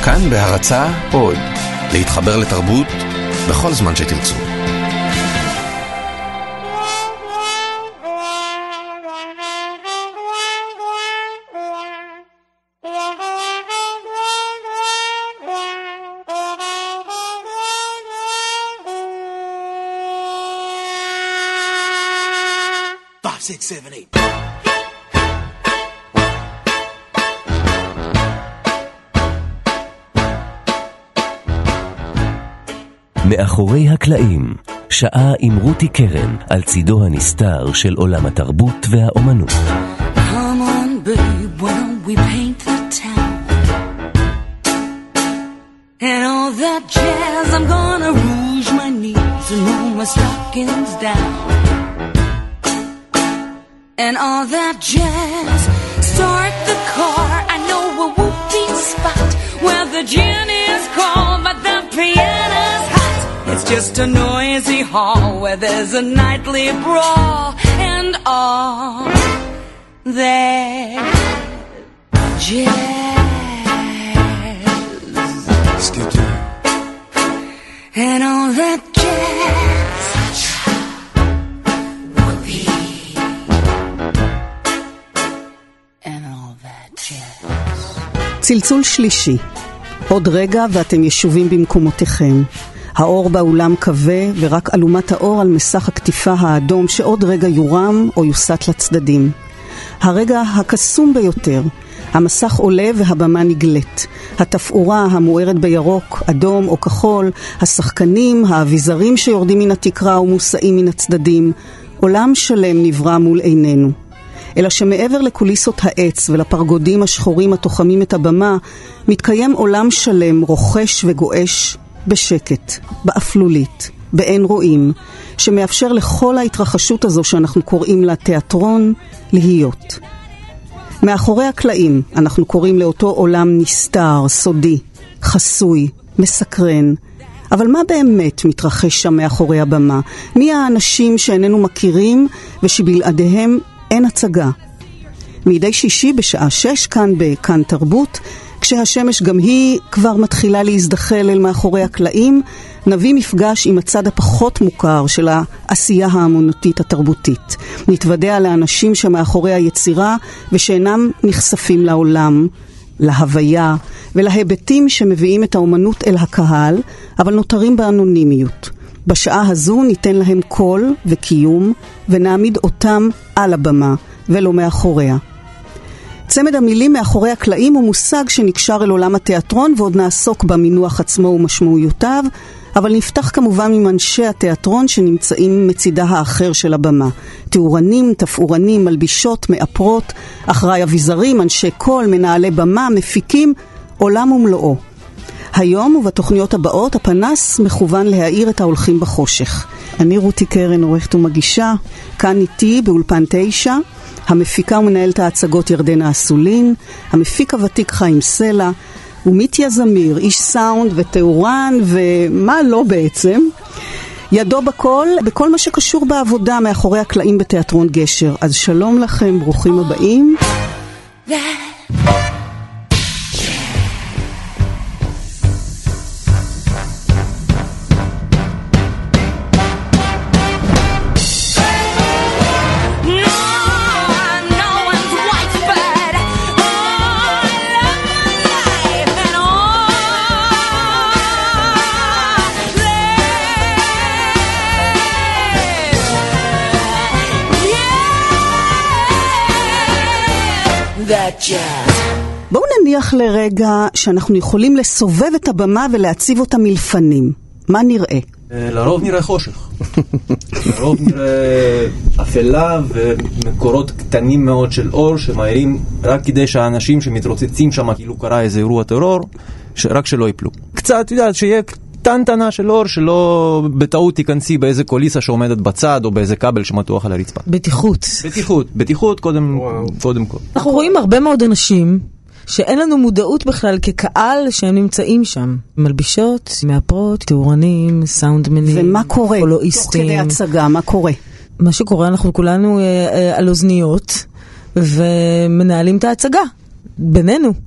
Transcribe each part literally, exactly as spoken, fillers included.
כאן בהרצאה עוד, להתחבר לתרבות בכל זמן שתרצו. six, seven, eight. מאחורי הקלעים, שעה עם רותי קרן על צידו הנסתר של עולם התרבות והאומנות. Come on, babe, when we paint the town and all that jazz, I'm gonna rouge my knees and roll my stockings down. And all that jazz, start the car. I know a whoopee spot where the gin is cold, but the piano's hot. It's just a noisy hall where there's a nightly brawl. And all that jazz, Skitty. and all that jazz. צלצול שלישי. עוד רגע ואתם ישובים במקומותיכם. האור באולם כבה ורק אלומת האור על מסך הכתיפה האדום שעוד רגע יורם או יוסט לצדדים. הרגע הקסום ביותר. המסך עולה והבמה נגלית. התפאורה המוארת בירוק, אדום או כחול, השחקנים, האביזרים שיורדים מן התקרה ומוסעים מן הצדדים. עולם שלם נברא מול עינינו. אלא שמעבר לקוליסות העץ ולפרגודים השחורים התוחמים את הבמה, מתקיים עולם שלם רוכש וגואש בשקט, באפלולית, באין רואים, שמאפשר לכל ההתרחשות הזו שאנחנו קוראים לה תיאטרון להיות. מאחורי הקלעים אנחנו קוראים לאותו עולם נסתר, סודי, חסוי, מסקרן. אבל מה באמת מתרחש שם מאחורי הבמה? מי האנשים שאיננו מכירים ושבלעדיהם אין הצגה? מידי שישי בשעה שש כאן בכאן תרבות, כשהשמש גם היא כבר מתחילה להזדחל אל מאחורי הקלעים, נביא מפגש עם הצד הפחות מוכר של העשייה האמנותית התרבותית. נתוודע לאנשים שמאחורי היצירה ושאינם נחשפים לעולם, להוויה ולהיבטים שמביאים את האומנות אל הקהל, אבל נותרים באנונימיות. בשעה הזו ניתן להם קול וקיום ונעמיד אותם על הבמה ולא מאחוריה. צמד המילים מאחורי הקלעים הוא מושג שנקשר אל עולם התיאטרון ועוד נעסוק במינוח עצמו ומשמעויותיו, אבל נפתח כמובן עם אנשי התיאטרון שנמצאים מצידה האחר של הבמה. תאורנים, תפאורנים, מלבישות, מאפרות, אחראי אביזרים, אנשי קול, מנהלי במה, מפיקים, עולם ומלואו. היום ובתוכניות הבאות הפנס מכוון להאיר את ההולכים בחושך. אני רותי קרן, עורכת ומגישה, כאן איתי באולפן תשע, המפיקה ומנהלת ההצגות ירדנה אסולין, המפיק הוותיק חיים סלע, ומיתיה זמיר, איש סאונד ותאורן ומה לא בעצם. ידו בכל, בכל מה שקשור בעבודה מאחורי הקלעים בתיאטרון גשר. אז שלום לכם, ברוכים הבאים. בואו נניח לרגע שאנחנו יכולים לסובב את הבמה ולהציב אותה מלפנים. מה נראה? לרוב נראה חושך. לרוב נראה אפלה ומקורות קטנים מאוד של אור שמאירים רק כדי שהאנשים שמתרוצצים שם כאילו קרה איזה אירוע טרור, רק שלא ייפלו. קצת, יודעת, שיהיה קטנטנה של אור שלא בטעות תיכנסי באיזה קוליסה שעומדת בצד או באיזה כבל שמתוח על הרצפה. בטיחות. בטיחות, בטיחות קודם, קודם כל. אנחנו רואים הרבה מאוד אנשים שאין לנו מודעות בכלל כקהל שהם נמצאים שם. מלבישות, מאפרות, תאורנים, סאונדמנים, ומה קורה? תוך כדי הצגה, מה קורה? מה שקורה, אנחנו כולנו אה, אה, על אוזניות ומנהלים את ההצגה בינינו.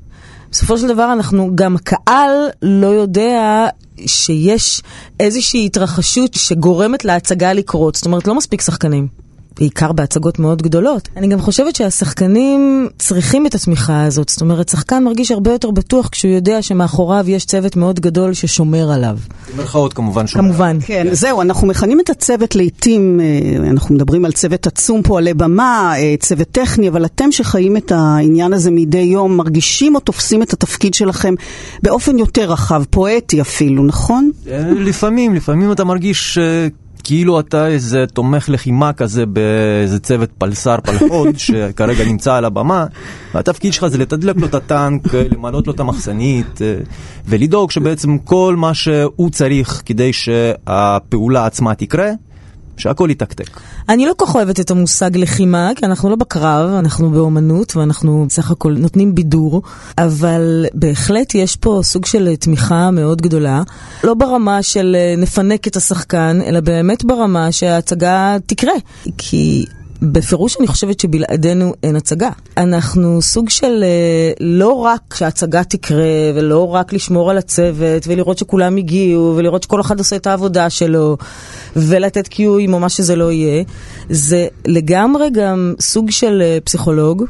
בסופו של דבר אנחנו, גם הקהל לא יודע שיש איזושהי התרחשות שגורמת להצגה לקרות. זאת אומרת, לא מספיק שחקנים. בעיקר בהצגות מאוד גדולות. אני גם חושבת שהשחקנים צריכים את התמיכה הזאת. זאת אומרת, שחקן מרגיש הרבה יותר בטוח כשהוא יודע שמאחוריו יש צוות מאוד גדול ששומר עליו. במרכאות כמובן שומר. כמובן. כן, זהו, אנחנו מכנים את הצוות לעתים, אנחנו מדברים על צוות עצום, פועלי במה, צוות טכני, אבל אתם שחיים את העניין הזה מדי יום, מרגישים או תופסים את התפקיד שלכם באופן יותר רחב, פואטי אפילו, נכון? לפעמים, לפעמים אתה מרגיש כאילו אתה איזה תומך לחימה כזה באיזה צוות פלסר פלחוד שכרגע נמצא על הבמה, והתפקיד שלך זה לתדלק לו את הטנק, למנות לו את המחסנית ולדאוג שבעצם כל מה שהוא צריך כדי שהפעולה עצמה תקרה, שהכל יתקתק. אני לא כך אוהבת את המושג לחימה, כי אנחנו לא בקרב, אנחנו באומנות, ואנחנו בסך הכל נותנים בידור, אבל בהחלט יש פה סוג של תמיכה מאוד גדולה, לא ברמה של נפנק את השחקן, אלא באמת ברמה שההצגה תקרה. כי בפירוש אני חושבת שבלעדינו אין הצגה. אנחנו סוג של לא רק שההצגה תקרה, ולא רק לשמור על הצוות, ולראות שכולם הגיעו, ולראות שכל אחד עושה את העבודה שלו, ולתת קיואים או מה שזה לא יהיה. זה לגמרי גם סוג של פסיכולוג,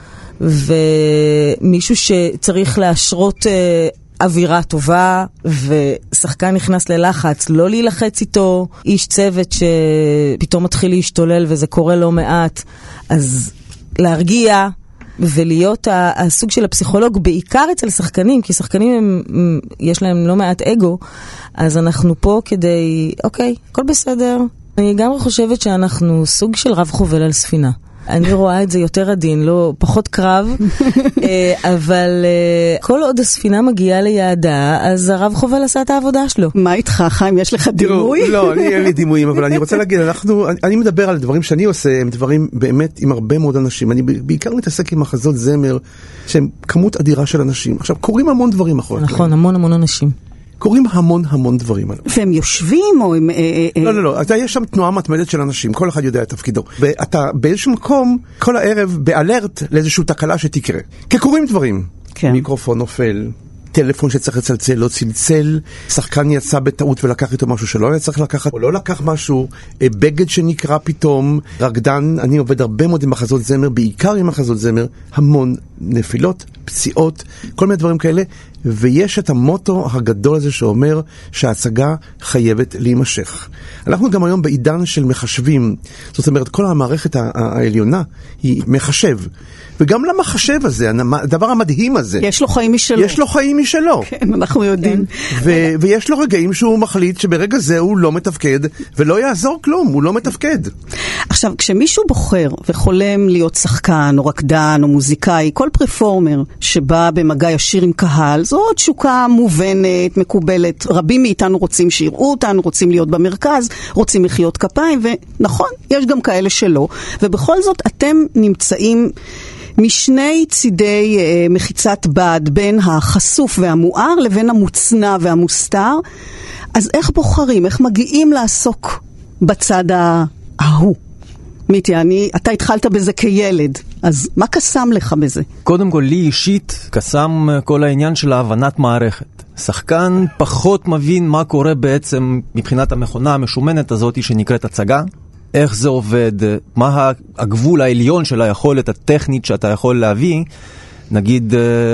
ומישהו שצריך להשרות אווירה טובה, ושחקן נכנס ללחץ, לא להילחץ איתו, איש צוות שפתאום מתחיל להשתולל וזה קורה לא מעט, אז להרגיע ולהיות הסוג של הפסיכולוג, בעיקר אצל שחקנים, כי שחקנים הם, יש להם לא מעט אגו, אז אנחנו פה כדי, אוקיי, הכל בסדר. אני גם חושבת שאנחנו סוג של רב חובל על ספינה. אני רואה את זה יותר עדין, לא פחות קרב, אבל כל עוד הספינה מגיעה ליעדה, אז הרב חובל עשה את העבודה שלו. מה איתך, חיים? יש לך דימוי? לא, אני אין לי דימויים, אבל אני רוצה להגיד, אנחנו, אני מדבר על דברים שאני עושה, הם דברים באמת עם הרבה מאוד אנשים. אני בעיקר מתעסק עם מחזות זמר, שהם כמות אדירה של אנשים. עכשיו, קוראים המון דברים אחרות. נכון, המון המון אנשים. קוראים המון המון דברים עליו. והם יושבים או הם... לא, לא, לא. יש שם תנועה מתמדת של אנשים, כל אחד יודע את תפקידו. ואתה באיזשהו מקום, כל הערב, באלרט לאיזושהי תקלה שתקרה. כי קוראים דברים. כן. מיקרופון נופל, טלפון שצריך לצלצל, לא צלצל, שחקן יצא בטעות ולקח איתו משהו שלא היה צריך לקחת, או לא לקח משהו, בגד שנקרא פתאום, רקדן. אני עובד הרבה מאוד עם מחזות זמר, בעיקר עם מחזות זמר, המון נפילות, פציעות, כל מיני דברים כאלה, ויש את המוטו הגדול הזה שאומר שההצגה חייבת להימשך. אנחנו גם היום בעידן של מחשבים, זאת אומרת, כל המערכת העליונה היא מחשב, וגם למחשב הזה, הדבר המדהים הזה, יש לו חיים משלו. יש לו חיים משלו. כן, אנחנו יודעים. ו- ויש לו רגעים שהוא מחליט שברגע זה הוא לא מתפקד, ולא יעזור כלום, הוא לא מתפקד. עכשיו, כשמישהו בוחר וחולם להיות שחקן, או רקדן, או מוזיקאי, כל פרפורמר שבא במגע ישיר עם קהל, זו תשוקה מובנת, מקובלת. רבים מאיתנו רוצים שיראו אותנו, רוצים להיות במרכז, רוצים לחיות כפיים, ונכון, יש גם כאלה שלא. ובכל זאת, אתם נמצאים משני צידי אה, מחיצת בד, בין החשוף והמואר לבין המוצנע והמוסתר. אז איך בוחרים? איך מגיעים לעסוק בצד ההוא? מיטי, אני, אתה התחלת בזה כילד, אז מה קסם לך בזה? קודם כל, לי אישית קסם כל העניין של ההבנת מערכת. שחקן פחות מבין מה קורה בעצם מבחינת המכונה המשומנת הזאת שנקראת הצגה, איך זה עובד, מה הגבול העליון של היכולת הטכנית שאתה יכול להביא, נגיד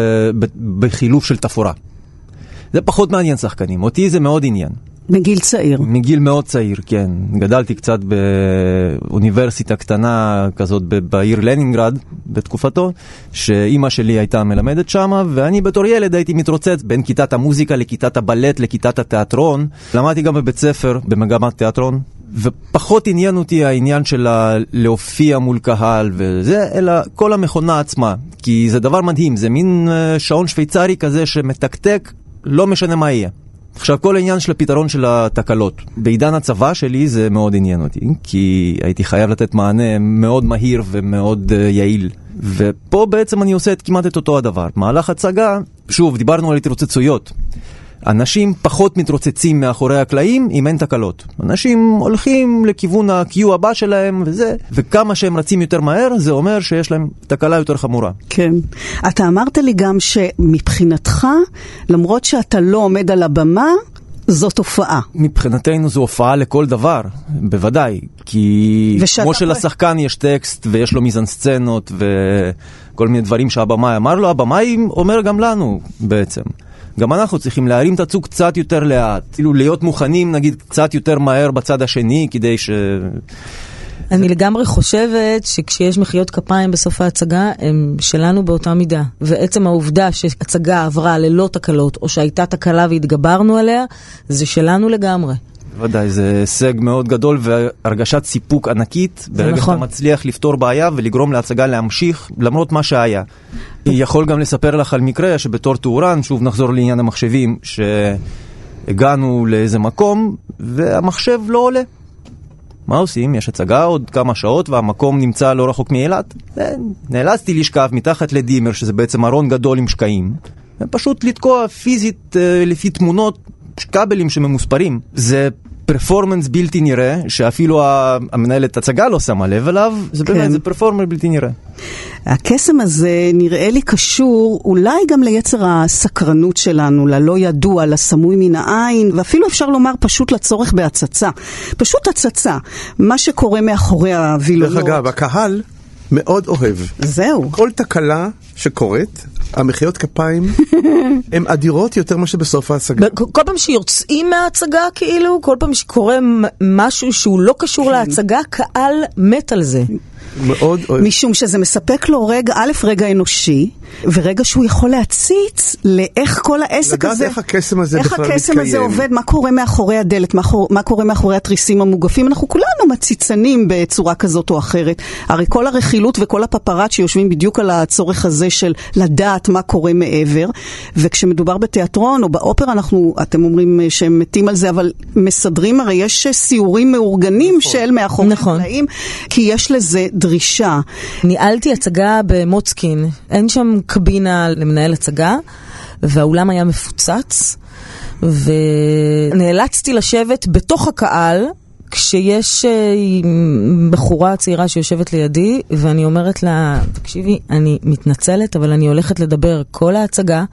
בחילוף של תפורה. זה פחות מעניין שחקנים, אותי זה מאוד עניין. מגיל צעיר. מגיל מאוד צעיר, כן. גדלתי קצת באוניברסיטה קטנה כזאת בעיר לנינגרד בתקופתו, שאימא שלי הייתה מלמדת שמה, ואני בתור ילד הייתי מתרוצץ בין כיתת המוזיקה לכיתת הבלט לכיתת התיאטרון. למדתי גם בבית ספר במגמת תיאטרון, ופחות עניין אותי העניין של להופיע מול קהל וזה, אלא כל המכונה עצמה. כי זה דבר מדהים, זה מין שעון שוויצרי כזה שמתקתק, לא משנה מה יהיה. עכשיו, כל העניין של הפתרון של התקלות. בעידן הצבא שלי זה מאוד עניין אותי, כי הייתי חייב לתת מענה מאוד מהיר ומאוד uh, יעיל. ופה בעצם אני עושה את כמעט את אותו הדבר. מהלך הצגה, שוב, דיברנו על התרוצצויות. אנשים פחות מתרוצצים מאחורי הקלעים אם אין תקלות. אנשים הולכים לכיוון ה-Q הבא שלהם וזה, וכמה שהם רצים יותר מהר, זה אומר שיש להם תקלה יותר חמורה. כן. אתה אמרת לי גם שמבחינתך, למרות שאתה לא עומד על הבמה, זאת הופעה. מבחינתנו זו הופעה לכל דבר, בוודאי. כי כמו שלשחקן יש טקסט ויש לו מיזן סצנות וכל מיני דברים שהבמאי אמר לו, הבמאי אומר גם לנו בעצם. גם אנחנו צריכים להרים את הצוג קצת יותר לאט, כאילו להיות מוכנים נגיד קצת יותר מהר בצד השני כדי ש... אני לגמרי חושבת שכשיש מחיאות כפיים בסוף ההצגה, הם שלנו באותה מידה. ועצם העובדה שהצגה עברה ללא תקלות, או שהייתה תקלה והתגברנו עליה, זה שלנו לגמרי. ודאי, זה הישג מאוד גדול והרגשת סיפוק ענקית, ברגע נכון. שאתה מצליח לפתור בעיה ולגרום להצגה להמשיך, למרות מה שהיה. יכול גם לספר לך על מקרה שבתור תאורן, שוב נחזור לעניין המחשבים, שהגענו לאיזה מקום והמחשב לא עולה. מה עושים? יש הצגה עוד כמה שעות והמקום נמצא לא רחוק מאילת. נאלצתי לשכב מתחת לדימר, שזה בעצם ארון גדול עם שקעים, ופשוט לתקוע פיזית לפי תמונות כבלים שממוספרים. זה פרפורמנס בלתי נראה, שאפילו המנהלת הצגה לא שמה לב אליו, זה באמת, כן. זה פרפורמנס בלתי נראה. הקסם הזה נראה לי קשור אולי גם ליצר הסקרנות שלנו, ללא ידוע, לסמוי מן העין, ואפילו אפשר לומר פשוט לצורך בהצצה. פשוט הצצה. מה שקורה מאחורי הווילונות. דרך אגב, הקהל מאוד אוהב. זהו. כל תקלה שקורית, המחיאות כפיים הן אדירות יותר מה שבסוף ההצגה. כל פעם שיוצאים מההצגה כאילו, כל פעם שקורה משהו שהוא לא קשור להצגה, קהל מת על זה. מאוד אוהב. משום שזה מספק לו רגע, א', רגע אנושי, ורגע שהוא יכול להציץ לאיך כל העסק הזה, לדעת איך הקסם הזה בכלל מתקיים. איך הקסם הזה עובד, מה קורה מאחורי הדלת, מה, מה קורה מאחורי התריסים המוגפים. אנחנו כולנו מציצנים בצורה כזאת או אחרת. הרי כל הרכילות וכל הפפרט שיושבים בדיוק על הצורך הזה של לדעת מה קורה מעבר, וכשמדובר בתיאטרון או באופרה, אנחנו, אתם אומרים שהם מתים על זה, אבל מסדרים, הרי יש סיורים מאורגנים נכון. של מאחורי נכון. הקלעים, כי יש לזה דרישה. ניהלתי הצגה במוצקין, אין שם קבינה למנהל הצגה, והאולם היה מפוצץ, ונאלצתי לשבת בתוך הקהל, כשיש בחורה צעירה שיושבת לידי, ואני אומרת לה, תקשיבי, אני מתנצלת, אבל אני הולכת לדבר כל ההצגה,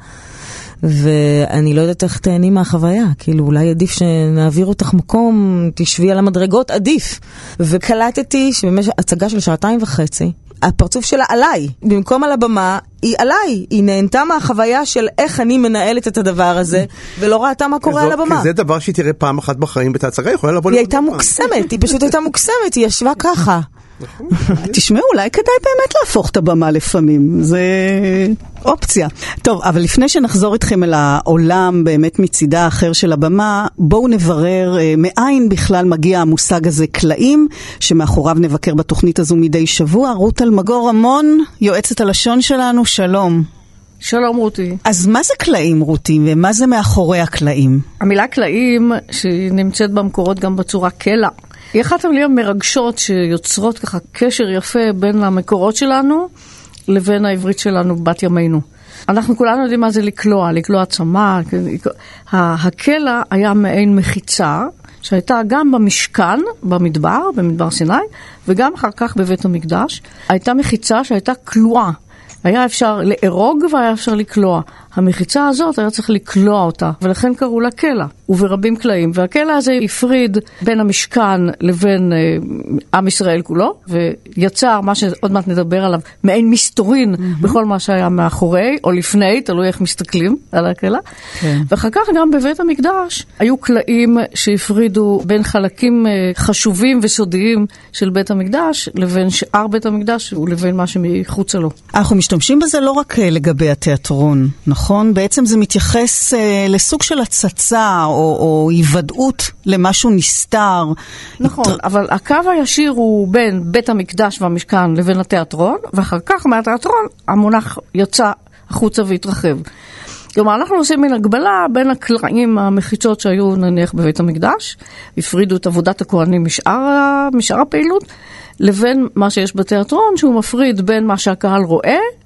ואני לא יודעת איך תהני מהחוויה, כאילו אולי עדיף שנעביר אותך מקום, תשבי על המדרגות, עדיף. וקלטתי שבמשך הצגה של שעתיים וחצי, הפרצוף שלה עליי, במקום על הבמה, היא עליי, היא נהנתה מהחוויה של איך אני מנהלת את הדבר הזה, ולא ראתה מה קורה על הבמה. כי זה דבר שהיא תראה פעם אחת בחיים בהצגה, היא יכולה לבוא... היא הייתה מוקסמת, היא פשוט הייתה מוקסמת, היא ישבה ככה. תשמעו, אולי כדאי באמת להפוך את הבמה לפעמים, זה אופציה. טוב, אבל לפני שנחזור איתכם אל העולם באמת מצידה האחר של הבמה, בואו נברר מאין בכלל מגיע המושג הזה קלעים, שמאחוריו נבקר בתוכנית הזו מדי שבוע. רות אלמגור רמון, יועצת הלשון שלנו, שלום. שלום רותי. אז מה זה קלעים רותי, ומה זה מאחורי הקלעים? המילה קלעים שנמצאת במקורות גם בצורה קלע, היא אחת המילים המרגשות שיוצרות ככה קשר יפה בין המקורות שלנו לבין העברית שלנו בת ימינו. אנחנו כולנו יודעים מה זה לקלוע, לקלוע צמא. הקלע היה מעין מחיצה שהייתה גם במשכן, במדבר, במדבר סיני, וגם אחר כך בבית המקדש. הייתה מחיצה שהייתה קלועה. היה אפשר לארוג והיה אפשר לקלוע. המחיצה הזאת היה צריך לקלוע אותה, ולכן קראו לה קלע, וברבים קלעים. והקלע הזה הפריד בין המשכן לבין אה, עם ישראל כולו, ויצר מה שעוד מעט נדבר עליו, מעין מסתורין mm-hmm. בכל מה שהיה מאחורי, או לפני, תלוי איך מסתכלים על הקלע. Okay. ואחר כך גם בבית המקדש היו קלעים שהפרידו בין חלקים אה, חשובים וסודיים של בית המקדש, לבין שאר בית המקדש ולבין מה שמחוץ לו. אנחנו משתמשים בזה לא רק לגבי התיאטרון, נכון? בעצם זה מתייחס אה, לסוג של הצצה או, או היוודעות למשהו נסתר. נכון, ית... אבל הקו הישיר הוא בין בית המקדש והמשכן לבין התיאטרון, ואחר כך מהתיאטרון המונח יצא החוצה והתרחב. כלומר, אנחנו עושים מן הגבלה בין הקלעים המחיצות שהיו נניח בבית המקדש, הפרידו את עבודת הכהנים משאר, משאר הפעילות, לבין מה שיש בתיאטרון, שהוא מפריד בין מה שהקהל רואה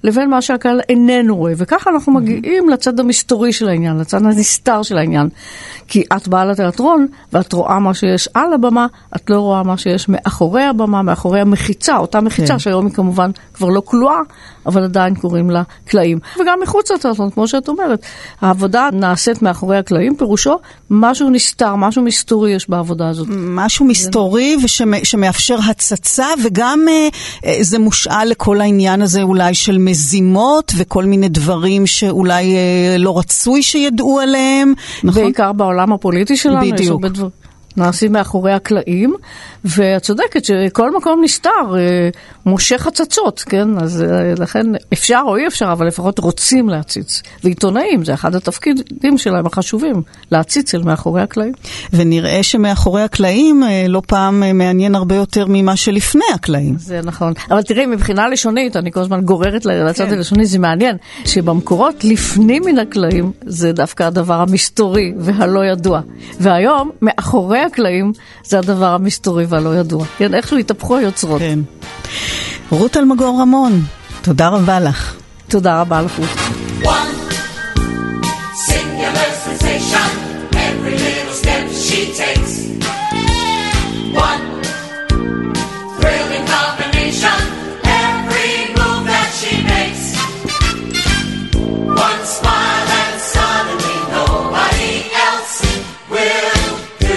לבין מה שהקהל איננו רואה. וככה אנחנו מגיעים לצד המסתורי של העניין, לצד הנסתר של העניין. כי את באה לתיאטרון, ואת רואה מה שיש על הבמה, את לא רואה מה שיש מאחורי הבמה, מאחורי המחיצה, אותה מחיצה, שהיום היא כמובן כבר לא כלואה, אבל עדיין קוראים לה קלעים. וגם מחוץ לתיאטרון, כמו שאת אומרת, העבודה נעשית מאחורי הקלעים, פירושו משהו נסתר, משהו מסתורי יש בעבודה הזאת. משהו מסתורי ושמאפשר הצצה, וגם זה מושאל לכל העניין הזה אולי של מזימות, וכל מיני דברים שאולי לא רצוי שידעו עליהם. בעיקר בעולם הפוליטי שלנו, יש הרבה דברים. נעשים מאחורי הקלעים, ואת צודקת שכל מקום נסתר, מושך הצצות, כן? אז לכן אפשר או אי אפשר, אבל לפחות רוצים להציץ. ועיתונאים, זה אחד התפקידים שלהם החשובים, להציץ אל מאחורי הקלעים. ונראה שמאחורי הקלעים לא פעם מעניין הרבה יותר ממה שלפני הקלעים. זה נכון. אבל תראי, מבחינה לשונית, אני כל הזמן גוררת לצד כן. הלשוני, זה מעניין, שבמקורות לפנים מן הקלעים, זה דווקא הדבר המסתורי והלא ידוע. והיום, מאחורי הקלעים, זה הדבר המסתורי והלא ידוע. כן, איכשהו התהפכו היוצרות. כן. רות אלמגור רמון, תודה רבה לך. תודה רבה לך. One singular sensation, every little step she takes. One thrilling combination, every move that she makes. One smile and suddenly nobody else will do.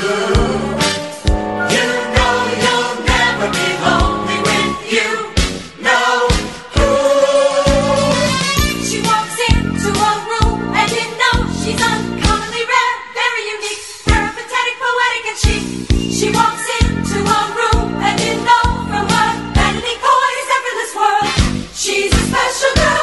You know you'll never be lonely when you know who. She walks into a room and you know she's uncommonly rare, very unique, peripatetic, poetic and chic. She walks into a room and you know from her vanity poise, effortless world, she's a special girl.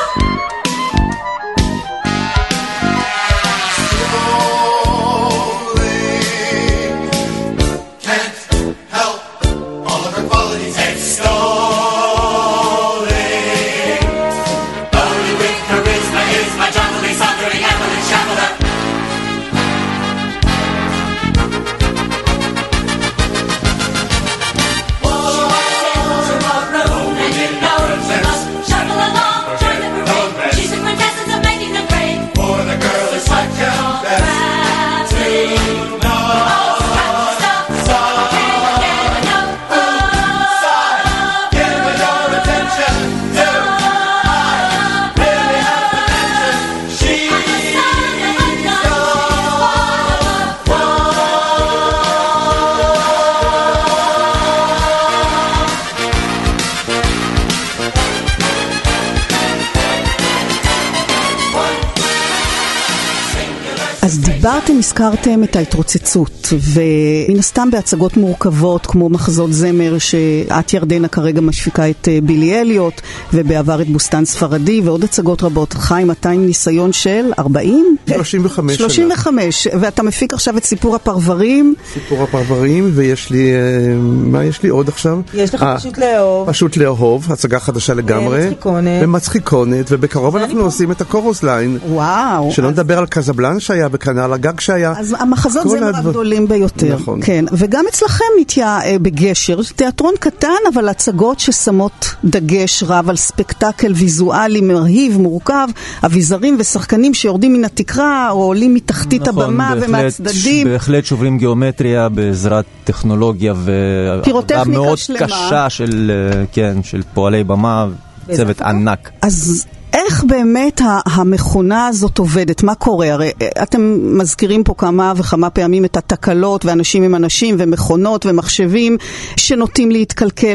דיברתם, הזכרתם את ההתרוצצות, ומן הסתם בהצגות מורכבות כמו מחזות זמר שאת ירדנה כרגע משפיקה את בילי אליוט, ובעבר את בוסטן ספרדי ועוד הצגות רבות. חיים, אתה עם ניסיון של ארבעים? שלושים וחמש שנה. שלושים וחמש, ואתה מפיק עכשיו את סיפור הפרברים. סיפור הפרברים, ויש לי, מה יש לי עוד עכשיו? יש לך פשוט לאהוב. פשוט לאהוב, הצגה חדשה לגמרי. ומצחיקונת. ומצחיקונת, ובקרוב אנחנו עושים את הקורוס ליין. וואו. שלא נדבר על קזבלן שהיה וכנ"ל הגג שהיה. אז המחזות זמר הגדולים ביותר. נכון. כן, וגם אצלכם מתיה בגשר, תיאטרון קטן, אבל הצגות ששמות דגש רב על ספקטקל ויזואלי מרהיב, מורכב, אביזרים ושחקנים שיורדים מן התקרה או עולים מתחתית נכון, הבמה בהחלט, ומהצדדים. בהחלט שוברים גיאומטריה בעזרת טכנולוגיה ועבודה מאוד שלמה. קשה של, כן, של פועלי במה, צוות ענק. אז איך באמת המכונה הזאת עובדת? מה קורה? הרי אתם מזכירים פה כמה וכמה פעמים את התקלות, ואנשים עם אנשים ומכונות ומחשבים שנוטים להתקלקל.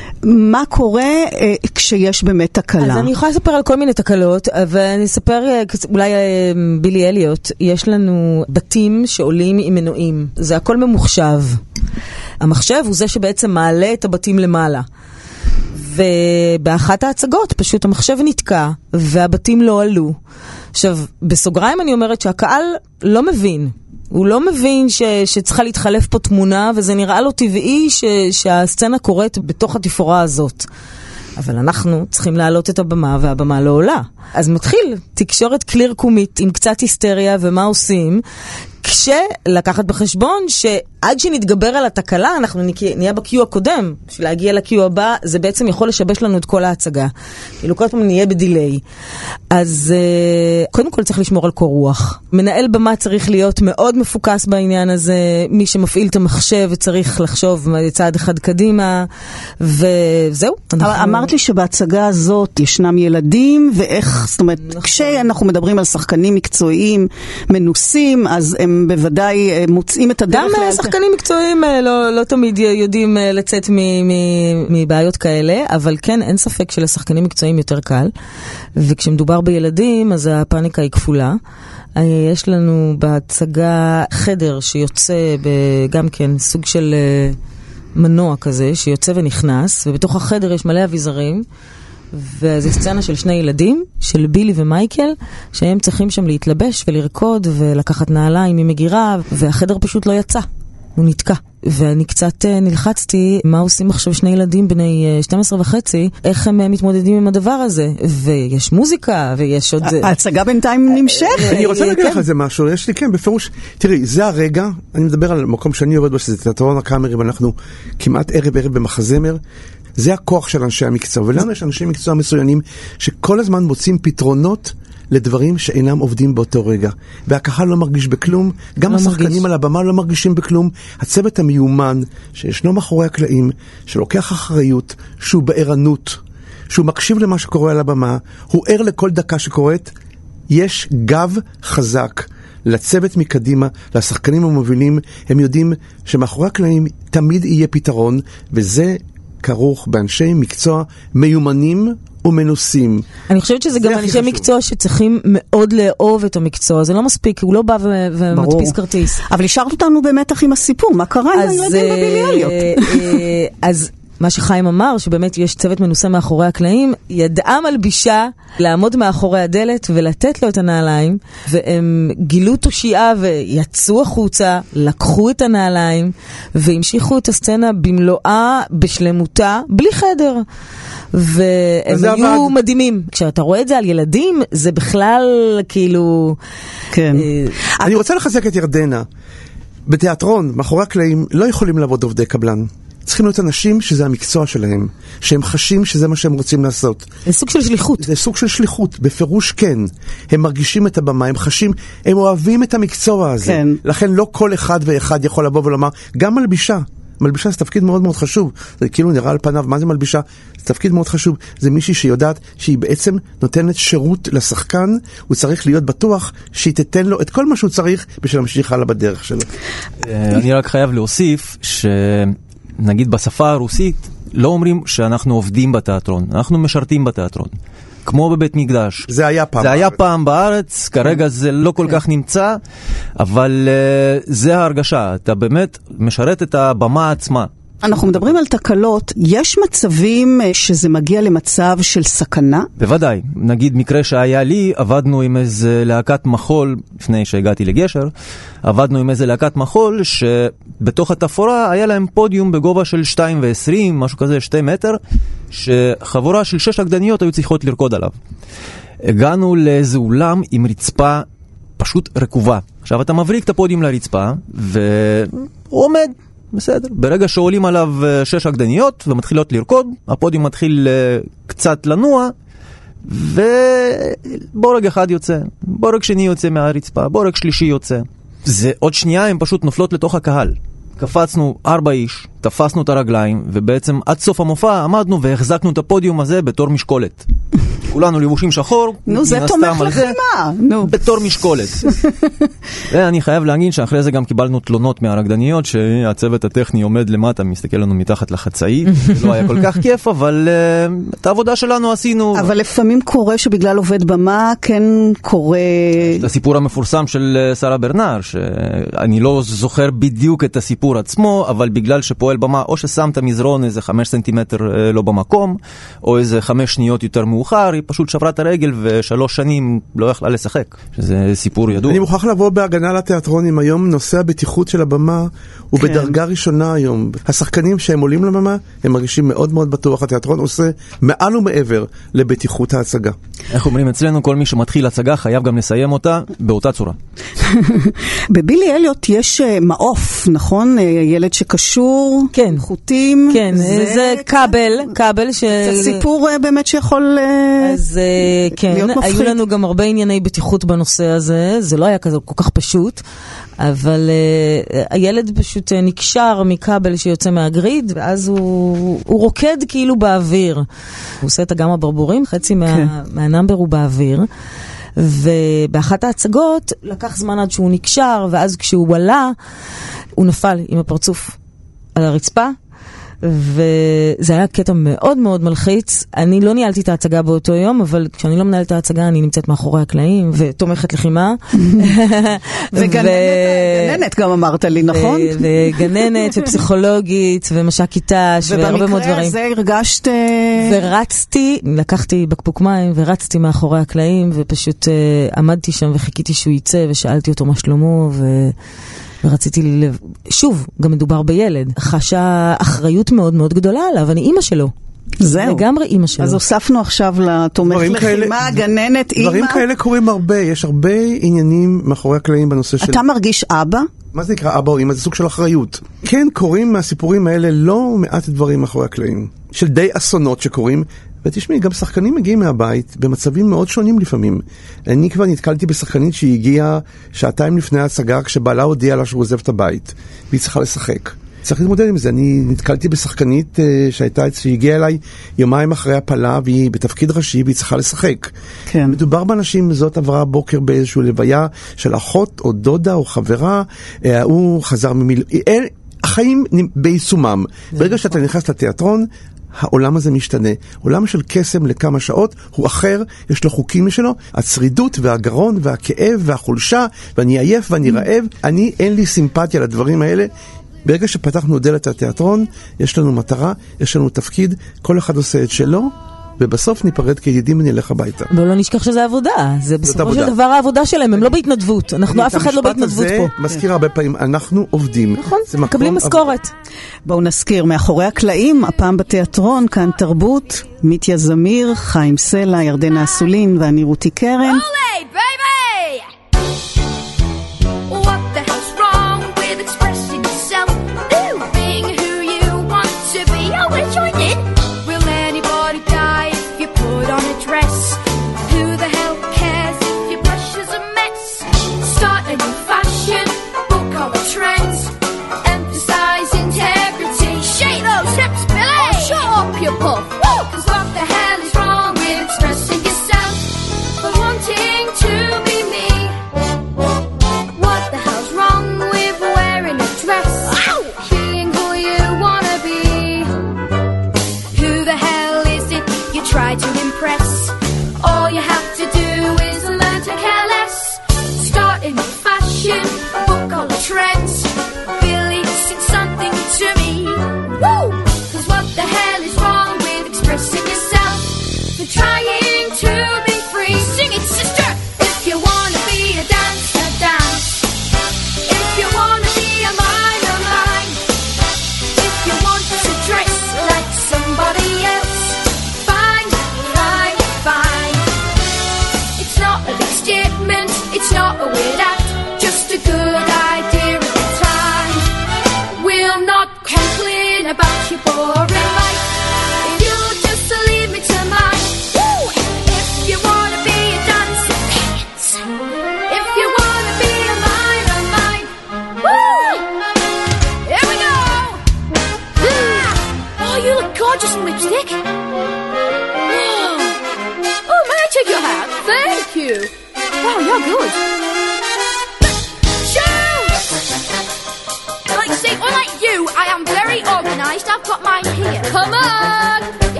מה קורה אה, כשיש באמת תקלה? אז אני יכולה לספר על כל מיני תקלות, ואני אספר אולי בילי אליוט, יש לנו בתים שעולים עם מנועים. זה הכל ממוחשב. המחשב הוא זה שבעצם מעלה את הבתים למעלה. ובאחת ההצגות פשוט המחשב נתקע והבתים לא עלו. עכשיו, בסוגריים אני אומרת שהקהל לא מבין. הוא לא מבין ש, שצריכה להתחלף פה תמונה, וזה נראה לו טבעי ש, שהסצנה קורית בתוך התפאורה הזאת. אבל אנחנו צריכים להעלות את הבמה, והבמה לא עולה. אז מתחיל תקשורת קליר קומית עם קצת היסטריה, ומה עושים? כשלקחת בחשבון שעד שנתגבר על התקלה, אנחנו נהיה בקיו הקודם. בשביל להגיע לקיו הבא, זה בעצם יכול לשבש לנו את כל ההצגה. כאילו כל פעם נהיה בדיליי. אז קודם כל צריך לשמור על קור רוח. מנהל במה צריך להיות מאוד מפוקס בעניין הזה. מי שמפעיל את המחשב צריך לחשוב צעד אחד קדימה, וזהו. אמרת לי שבהצגה הזאת ישנם ילדים, ואיך, זאת אומרת, כשאנחנו מדברים על שחקנים מקצועיים מנוסים, אז הם בוודאי מוצאים את הדרך. גם שחקנים מקצועיים לא, לא תמיד יודעים לצאת מבעיות כאלה, אבל כן, אין ספק שלשחקנים מקצועיים יותר קל, וכשמדובר בילדים, אז הפאניקה היא כפולה. יש לנו בהצגה חדר שיוצא גם כן סוג של מנוע כזה, שיוצא ונכנס, ובתוך החדר יש מלא אביזרים, וזו סצנה של שני ילדים, של בילי ומייקל, שהם צריכים שם להתלבש ולרקוד ולקחת נעליים ממגירה, והחדר פשוט לא יצא, הוא נתקע. ואני קצת נלחצתי מה עושים עכשיו שני ילדים בני שתים עשרה וחצי, איך הם מתמודדים עם הדבר הזה. ויש מוזיקה, ויש עוד... ההצגה בינתיים נמשך. אני רוצה להגיד לך על זה משהו, יש לי כן, בפירוש, תראי, זה הרגע, אני מדבר על מקום שאני עובד בו, שזה תיאטרון הקאמרי, ואנחנו כמעט ערב ערב במחזמר, זה הכוח של אנשי המקצוע, ולנו יש אנשי מקצוע מסוימים שכל הזמן מוצאים פתרונות לדברים שאינם עובדים באותו רגע. והקהל לא מרגיש בכלום, גם לא השחקנים מרגיש. על הבמה לא מרגישים בכלום. הצוות המיומן שישנו מאחורי הקלעים, שלוקח אחריות, שהוא בערנות, שהוא מקשיב למה שקורה על הבמה, הוא ער לכל דקה שקורית, יש גב חזק לצוות מקדימה, לשחקנים המובילים, הם יודעים שמאחורי הקלעים תמיד יהיה פתרון, וזה כרוך באנשי מקצוע מיומנים ומנוסים. אני חושבת שזה גם אנשי מקצוע שצריכים מאוד לאהוב את המקצוע. זה לא מספיק, הוא לא בא ומדפיס כרטיס. אבל השארת אותנו במתח עם הסיפור. מה קרה עם הילדים בביליאליות? אז מה שחיים אמר, שבאמת יש צוות מנוסה מאחורי הקלעים, ידעה מלבישה לעמוד מאחורי הדלת ולתת לו את הנעליים, והם גילו תושיעה ויצאו החוצה, לקחו את הנעליים, והמשיכו את הסצנה במלואה, בשלמותה, בלי חדר. והם היו מדהימים. כשאתה רואה את זה על ילדים, זה בכלל כאילו... כן. אני רוצה לחזק את ירדנה. בתיאטרון, מאחורי הקלעים, לא יכולים לעבוד עובדי קבלן. צריכים להיות אנשים שזה המקצוע שלהם, שהם חשים שזה מה שהם רוצים לעשות. זה סוג של שליחות. זה סוג של שליחות, בפירוש כן. הם מרגישים את הבמה, הם חשים, הם אוהבים את המקצוע הזה. כן. לכן לא כל אחד ואחד יכול לבוא ולומר, גם מלבישה. מלבישה זה תפקיד מאוד מאוד חשוב. זה כאילו נראה על פניו, מה זה מלבישה? זה תפקיד מאוד חשוב. זה מישהי שיודעת שהיא בעצם נותנת שירות לשחקן, הוא צריך להיות בטוח שהיא תתן לו את כל מה שהוא צריך בשביל להמשיך הלאה בדרך שלו. אני רק חייב להוסיף שנגיד בשפה הרוסית לא אומרים שאנחנו עובדים בתיאטרון, אנחנו משרתים בתיאטרון. כמו בבית מקדש. זה היה פעם זה בארץ. היה פעם בארץ, כרגע זה לא כל כך נמצא, אבל uh, זה ההרגשה, אתה באמת משרת את הבמה עצמה. אנחנו מדברים על תקלות, יש מצבים שזה מגיע למצב של סכנה? בוודאי, נגיד מקרה שהיה לי, עבדנו עם איזה להקת מחול, לפני שהגעתי לגשר, עבדנו עם איזה להקת מחול, שבתוך התפאורה היה להם פודיום בגובה של שתיים ועשרים, משהו כזה, שתי מטר, שחבורה של שש רקדניות היו צריכות לרקוד עליו. הגענו לאיזה אולם עם רצפה פשוט רקובה. עכשיו אתה מבריק את הפודיום לרצפה, והוא עומד, בסדר. ברגע שעולים עליו שש רקדניות ומתחילות לרקוד, הפודיום מתחיל קצת לנוע, ובורג אחד יוצא, בורג שני יוצא מהרצפה, בורג שלישי יוצא. זה עוד שנייה הם פשוט נופלות לתוך הקהל. קפצנו ארבע איש, תפסנו את הרגליים, ובעצם עד סוף המופע עמדנו והחזקנו את הפודיום הזה בתור משקולת. כולנו לבושים שחור. נו, זה תומך לחימה. נו. בתור משקולת. ואני חייב להגיד שאחרי זה גם קיבלנו תלונות מהרקדניות, שהצוות הטכני עומד למטה, מסתכל לנו מתחת לחצאית. זה לא היה כל כך כיף, אבל uh, את העבודה שלנו עשינו. אבל לפעמים קורה שבגלל עובד במה, כן קורה... את הסיפור המפורסם של שרה ברנר, שאני לא זוכר בדיוק את הסיפור עצמו, אבל בגלל שפועל במה, או ששם את המזרון איזה חמש סנטימטר לא במקום, או איזה חמש שניות יותר מאוחר, היא פשוט שברה את הרגל ושלוש שנים לא יכלה לשחק, שזה סיפור ידוע. אני מוכרח לבוא בהגנה לתיאטרונים היום, נושא הבטיחות של הבמה הוא כן. בדרגה ראשונה היום. השחקנים שהם עולים לבמה, הם מרגישים מאוד מאוד בטוח. התיאטרון עושה מעל ומעבר לבטיחות ההצגה. איך אומרים אצלנו, כל מי שמתחיל הצגה חייב גם לסיים אותה באותה צורה. בבילי אליוט יש אה, מעוף, נכון? אה, ילד שקשור, כן. חוטים. כן, זה, זה כבל, כבל ש... זה סיפור אה, באמת שיכול אה, אז אה, כן, להיות מפחיד. היו לנו גם הרבה ענייני בטיחות בנושא הזה, זה לא היה כזה כל כך פשוט, אבל uh, הילד פשוט uh, נקשר מכבל שיוצא מהגריד, ואז הוא, הוא רוקד כאילו באוויר. הוא עושה את הגמא ברבורים, חצי מה, כן. מהנמבר הוא באוויר. ובאחת ההצגות לקח זמן עד שהוא נקשר, ואז כשהוא עלה, הוא נפל עם הפרצוף על הרצפה, וזה היה קטע מאוד מאוד מלחיץ. אני לא ניהלתי את ההצגה באותו יום, אבל כשאני לא מנהלת את ההצגה, אני נמצאת מאחורי הקלעים, ותומכת לחימה. וגננת גם אמרת לי, נכון? וגננת, ופסיכולוגית, ומש"קית ת"ש, והרבה מאוד דברים. ובמקרה הזה הרגשת... ורצתי, לקחתי בקבוק מים, ורצתי מאחורי הקלעים, ופשוט עמדתי שם, וחיכיתי שהוא יצא, ושאלתי אותו מה שלמה, ו... ורציתי, לב... שוב, גם מדובר בילד, חשה אחריות מאוד מאוד גדולה עליו, אני אימא שלו. זהו. לגמרי אימא שלו. אז הוספנו עכשיו לתומך לחימה, גננת, אימא. דברים כאלה קורים הרבה, יש הרבה עניינים מאחורי הקלעים בנושא של... אתה מרגיש אבא? מה זה נקרא אבא או אימא? זה סוג של אחריות. כן, קורים מהסיפורים האלה לא מעט דברים מאחורי הקלעים, של די אסונות שקורים, ותשמעי, גם שחקנים מגיעים מהבית במצבים מאוד שונים לפעמים. אני כבר נתקלתי בשחקנית שהיא הגיעה שעתיים לפני ההצגה, כשבעלה הודיע לה שהוא עוזב את הבית, והיא צריכה לשחק. צריך להתמודד עם זה. אני נתקלתי בשחקנית uh, שהייתה, שהגיעה אליי יומיים אחרי הפלה, והיא בתפקיד ראשי, והיא צריכה לשחק. כן. מדובר באנשים, זאת עברה בוקר באיזשהו לוויה של אחות, או דודה, או חברה, uh, הוא חזר ממיל... החיים ביישומם. ברגע שאתה נכנס לתיאטרון, העולם הזה משתנה. עולם של קסם לכמה שעות הוא אחר, יש לו חוקים משלו. הצרידות והגרון והכאב והחולשה, ואני עייף ואני רעב, אני אין לי סימפתיה לדברים האלה. ברגע שפתחנו דלת התיאטרון, יש לנו מטרה, יש לנו תפקיד, כל אחד עושה את שלו, ובסוף ניפרד כידידים ונלך הביתה. ולא נשכח שזה עבודה, זה בסופו של דבר העבודה שלהם, הם לא בהתנדבות, אנחנו אף אחד לא בהתנדבות פה. המשפט הזה מזכיר הרבה פעמים, אנחנו עובדים. נכון, מקבלים משכורת. בואו נזכיר, מאחורי הקלעים, הפעם בתיאטרון, כאן תרבות, מיטיה זמיר, חיים סלע, ירדנה אסולין ואני רותי קרן.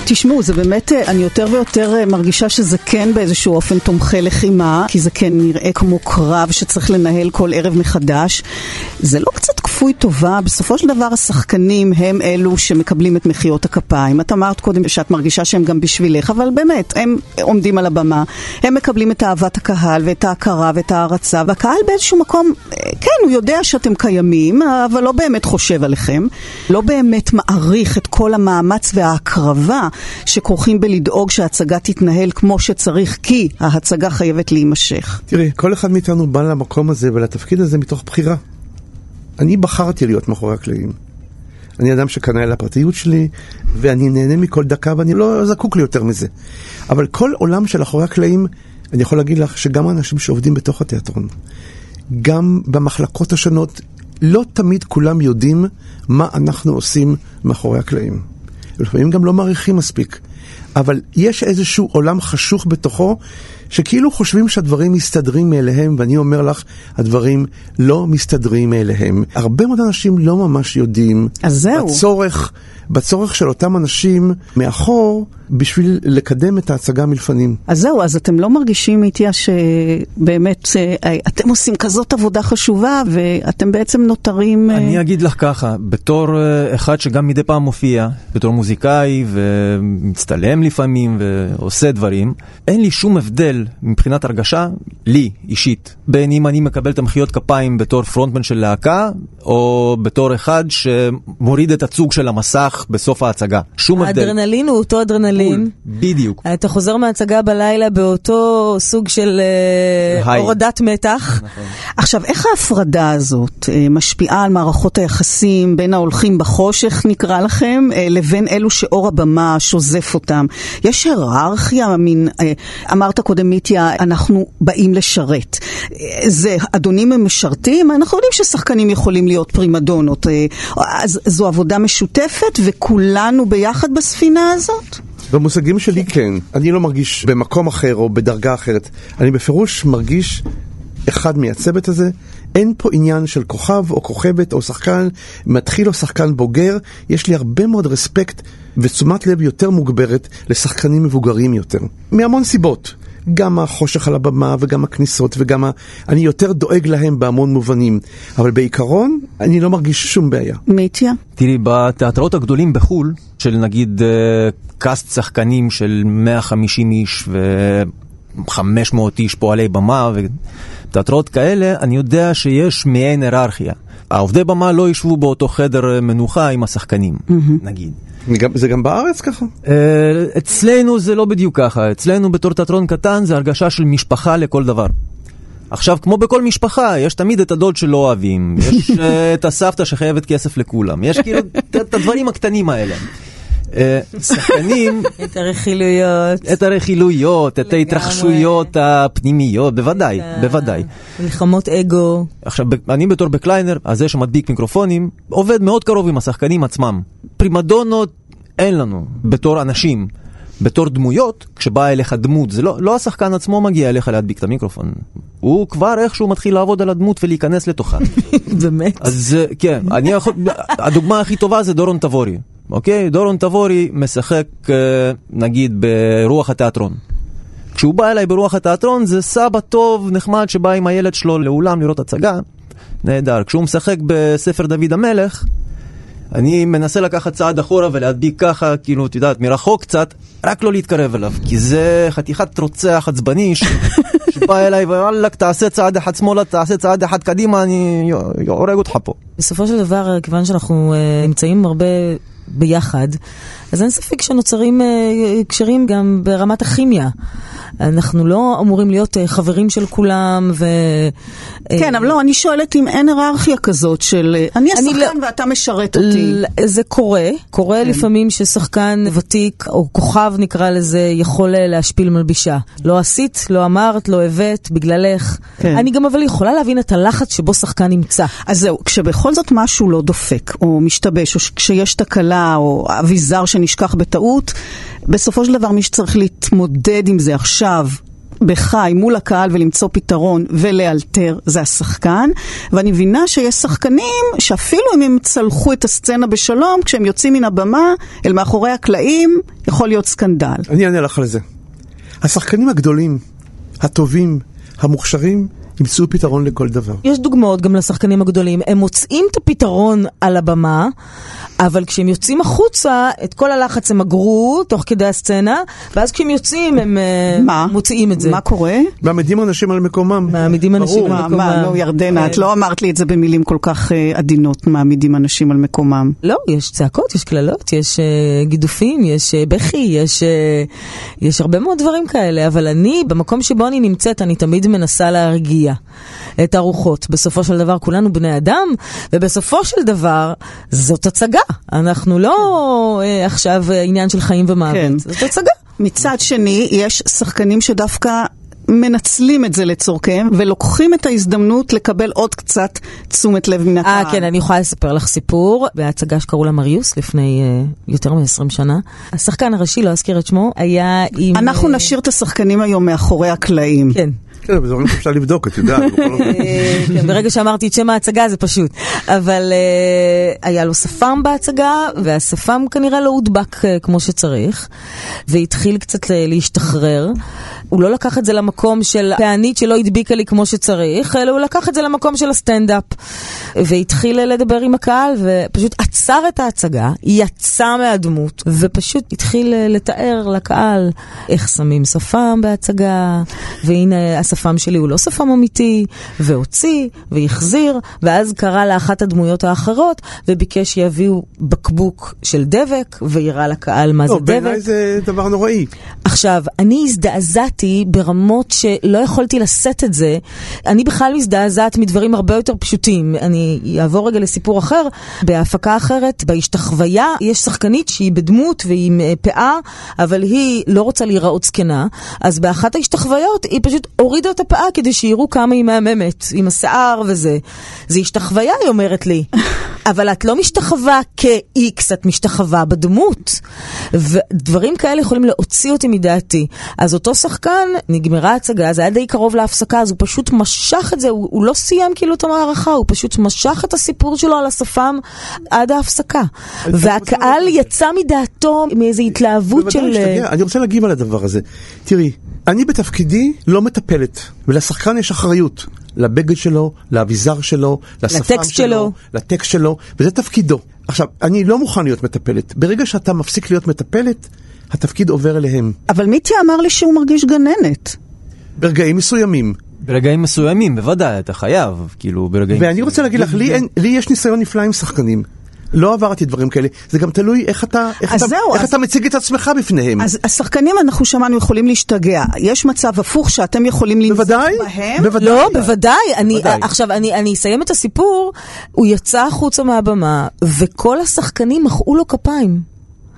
תשמעו, זה באמת, אני יותר ויותר מרגישה שזה כן באיזשהו אופן תומכי לחימה, כי זה כן נראה כמו קרב שצריך לנהל כל ערב מחדש. זה לא קצת כפוי טובה, בסופו של דבר השחקנים הם אלו שמקבלים את מחיאות הכפיים. את אמרת קודם שאת מרגישה שהם גם בשבילך, אבל באמת, הם עומדים על הבמה, הם מקבלים את אהבת הקהל ואת ההכרה ואת ההרצה, והקהל באיזשהו מקום, כן, הוא יודע שאתם קיימים, אבל לא באמת חושב עליכם, לא באמת מעריך את כל המאמץ וההקרבה שכורכים בלדאוג שההצגה תתנהל כמו שצריך, כי ההצגה חייבת להימשך. תראי, כל אחד מאיתנו בא למקום הזה ולתפקיד הזה מתוך בחירה. אני בחרתי להיות מאחורי הקלעים. אני אדם שקנה אל הפרטיות שלי, ואני נהנה מכל דקה, ואני לא זקוק לי יותר מזה. אבל כל עולם של אחורי הקלעים, אני יכול להגיד לך שגם האנשים שעובדים בתוך התיאטרון, גם במחלקות השונות, לא תמיד כולם יודעים מה אנחנו עושים מאחורי הקלעים. ולפעמים גם לא מעריכים מספיק. אבל יש איזשהו עולם חשוך בתוכו, שכאילו חושבים שהדברים מסתדרים מאליהם, ואני אומר לך, הדברים לא מסתדרים מאליהם. הרבה מאוד אנשים לא ממש יודעים בצורך, בצורך של אותם אנשים מאחור, בשביל לקדם את ההצגה מלפנים. אז זהו, אז אתם לא מרגישים איתי שבאמת אתם עושים כזאת עבודה חשובה, ואתם בעצם נותרים... אני אגיד לך ככה, בתור אחד שגם מדי פעם מופיע, בתור מוזיקאי ומצטלם לפעמים ועושה דברים, אין לי שום הבדל מבחינת הרגשה, לי אישית, בין אם אני מקבל את המחיאות כפיים בתור פרונטמן של להקה, או בתור אחד שמוריד את הצוג של המסך בסוף ההצגה. שום הבדל. האדרנלין הוא אותו אדרנלין. בדיוק. אתה חוזר מההצגה בלילה באותו סוג של הורדת מתח. עכשיו, איך ההפרדה הזאת משפיעה על מערכות היחסים בין ההולכים בחושך, נקרא לכם, לבין אלו שאור הבמה שוזף אותם? יש היררכיה, מין, אמרת קודם מיטיה, אנחנו באים לשרת. זה, אדונים הם משרתים, אנחנו יודעים ששחקנים יכולים להיות פרימדונות. אז זו עבודה משותפת וכולנו ביחד בספינה הזאת? במושגים שלי כן. אני לא מרגיש במקום אחר או בדרגה אחרת. אני בפירוש מרגיש אחד מהצוות הזה. אין פה עניין של כוכב או כוכבת או שחקן מתחיל או שחקן בוגר. יש לי הרבה מאוד רספקט ותשומת לב יותר מוגברת לשחקנים מבוגרים יותר. מהמון סיבות. גם החושך על הבמה וגם הכניסות וגם ה... אני יותר דואג להם בהמון מובנים. אבל בעיקרון אני לא מרגיש שום בעיה. מיטיה? תראי, בתיאטראות הגדולים בחול, של נגיד קאסט שחקנים של מאה וחמישים איש ו-חמש מאות איש פועלי במה ותיאטראות כאלה, אני יודע שיש מעין היררכיה. העובדי במה לא ישבו באותו חדר מנוחה עם השחקנים, נגיד. זה גם בארץ ככה? אצלנו זה לא בדיוק ככה. אצלנו בתור תיאטרון קטן זה הרגשה של משפחה לכל דבר. עכשיו, כמו בכל משפחה, יש תמיד את הדוד שלא אוהבים, יש את הסבתא שחייבת כסף לכולם, יש כאילו את הדברים הקטנים האלה. שחקנים... את הרכילויות. את הרכילויות, את ההתרחשויות הפנימיות, בוודאי, בוודאי. מלחמות אגו. עכשיו, אני בתור בקליינר, הזה שמדביק מיקרופונים, עובד מאוד קרוב עם השחקנים עצמם. פרימדונות אין לנו, בתור אנשים. בתור דמויות, כשבאה אליך דמות, זה לא, לא השחקן עצמו מגיע אליך להדביק את המיקרופון. הוא כבר איכשהו מתחיל לעבוד על הדמות ולהיכנס לתוכה. באמת? אז כן, אני יכול, הדוגמה הכי טובה זה דורון תבורי. אוקיי? דורון תבורי משחק, נגיד, ברוח התיאטרון. כשהוא בא אליי ברוח התיאטרון, זה סבא טוב, נחמד, שבא עם הילד שלו לאולם לראות הצגה. נהדר. כשהוא משחק בספר דוד המלך, אני מנסה לקחת צעד אחורה ולהדביק ככה, כאילו, את יודעת, מרחוק קצת, רק לא להתקרב אליו, כי זה חתיכת רוצח עצבני שבא אליי ואללק, תעשה צעד אחד שמאלה, תעשה צעד אחד קדימה, אני יורג אותך פה. בסופו של דבר, כיוון שאנחנו נמצאים הרבה ביחד, אז אין ספק שנוצרים קשרים גם ברמת הכימיה. אנחנו לא אמורים להיות חברים של כולם ו... כן, אבל לא, אני שואלת אם אין היררכיה כזאת של אני השחקן ואתה משרת אותי. זה קורה, קורה לפעמים ששחקן ותיק או כוכב נקרא לזה יכול להשפיל מלבישה. לא עשית, לא אמרת, לא הבאת, בגללך. אני גם אבל יכולה להבין את הלחץ שבו שחקן נמצא. אז זהו, כשבכל זאת משהו לא דופק או משתבש או כשיש תקלה או אביזר שנשכח בטעות, בסופו של דבר מי שצריך להתמודד עם זה עכשיו בחי מול הקהל ולמצוא פתרון ולאלתר, זה השחקן. ואני מבינה שיש שחקנים שאפילו אם הם צלחו את הסצנה בשלום, כשהם יוצאים מן הבמה אל מאחורי הקלעים, יכול להיות סקנדל. אני אענה לך על זה. השחקנים הגדולים, הטובים, המוכשרים, ימצאו פתרון לכל דבר. יש דוגמאות גם לשחקנים הגדולים. הם מוצאים את הפתרון על הבמה, אבל כשהם יוצאים החוצה, את כל הלחץ הם אגרו תוך כדי הסצנה, ואז כשהם יוצאים הם מה? מוציאים את זה. מה קורה? מעמידים אנשים על מקומם. מעמידים אנשים על מקומם. מה, לא, ירדנה, את לא אמרת לי את זה במילים כל כך עדינות, מעמידים אנשים על מקומם. לא, יש צעקות, יש כללות, יש גידופים, יש בכי, יש, יש הרבה מאוד דברים כאלה, אבל אני, במקום שבו אני נמצאת, אני תמיד מנסה להרגיע את הרוחות. בסופו של דבר כולנו בני אדם, ובסופו של דבר זאת הצגה. אנחנו לא אה, עכשיו עניין של חיים ומוות. כן. זאת הצגה. מצד שני, יש שחקנים שדווקא מנצלים את זה לצורכם, ולוקחים את ההזדמנות לקבל עוד קצת תשומת לב מן הקהל. אה, כן, אני יכולה לספר לך סיפור. בהצגה שקראו לה מריוס, לפני uh, יותר מ-עשרים שנה. השחקן הראשי, לא אזכיר את שמו, היה עם... אנחנו נשאיר את השחקנים היום מאחורי הקלעים. כן. כן, אבל דברים שאפשר לבדוק, את יודעת. ברגע שאמרתי את שם ההצגה זה פשוט. אבל היה לו שפם בהצגה, והשפם כנראה לא הודבק כמו שצריך, והתחיל קצת להשתחרר. הוא לא לקח את זה למקום של פענית שלא הדביקה לי כמו שצריך, אלא הוא לקח את זה למקום של הסטנדאפ. והתחיל לדבר עם הקהל, ופשוט עצר את ההצגה, יצא מהדמות, ופשוט התחיל לתאר לקהל איך שמים שפם בהצגה, והנה השפם שלי הוא לא שפם אמיתי, והוציא, והחזיר, ואז קרא לאחת הדמויות האחרות, וביקש שיביאו בקבוק של דבק, ויראה לקהל מה זה דבק. בעיניי זה דבר נוראי. עכשיו, אני הזדעזעתי ברמות שלא יכולתי לשאת את זה. אני בכלל הזדעזעת מדברים הרבה יותר פשוטים. אני אעבור רגע לסיפור אחר. בהפקה אחרת, בהשתחוויה, יש שחקנית שהיא בדמות והיא עם פאה, אבל היא לא רוצה להיראות זקנה. אז באחת ההשתחוויות היא פשוט הורידה את הפאה כדי שיראו כמה היא מהממת, עם השיער וזה. זה השתחוויה, היא אומרת לי. אבל את לא משתחווה כ-X, את משתחווה בדמות. ודברים כאלה יכולים להוציא אותי מדעתי. אז אותו שחקן, נגמרה הצגה, זה היה די קרוב להפסקה, אז הוא פשוט משך את זה, הוא, הוא לא סיים כאילו את המערכה, הוא פשוט משך את הסיפור שלו על השפם עד ההפסקה. והקהל יצא מדעתו מאיזו התלהבות של... שתגיע, אני רוצה להגיב על הדבר הזה. תראי, אני בתפקידי לא מטפלת, ולשחקן יש אחריות. לבגד שלו, לאביזר שלו, לשפם לטקסט שלו, שלו, לטקסט שלו, וזה תפקידו. עכשיו, אני לא מוכן להיות מטפלת. ברגע שאתה מפסיק להיות מטפלת, התפקיד עובר אליהם. אבל מיטי אמר לי שהוא מרגיש גננת. ברגעים מסוימים. ברגעים מסוימים, בוודאי, אתה חייב, כאילו, ברגעים ואני רוצה להגיד לך, לי, אין, לי יש ניסיון נפלא עם שחקנים. לא עברתי דברים כאלה. זה גם תלוי איך אתה, איך אתה, זהו, איך אז, אתה מציג את עצמך בפניהם. אז השחקנים, אנחנו שמענו, יכולים להשתגע. יש מצב הפוך שאתם יכולים לנזור בהם? בוודאי. לא, בוודאי. אני, עכשיו, אני, אני אסיים את הסיפור. הוא יצא החוצה מהבמה, וכל השחקנים מחאו לו כפיים.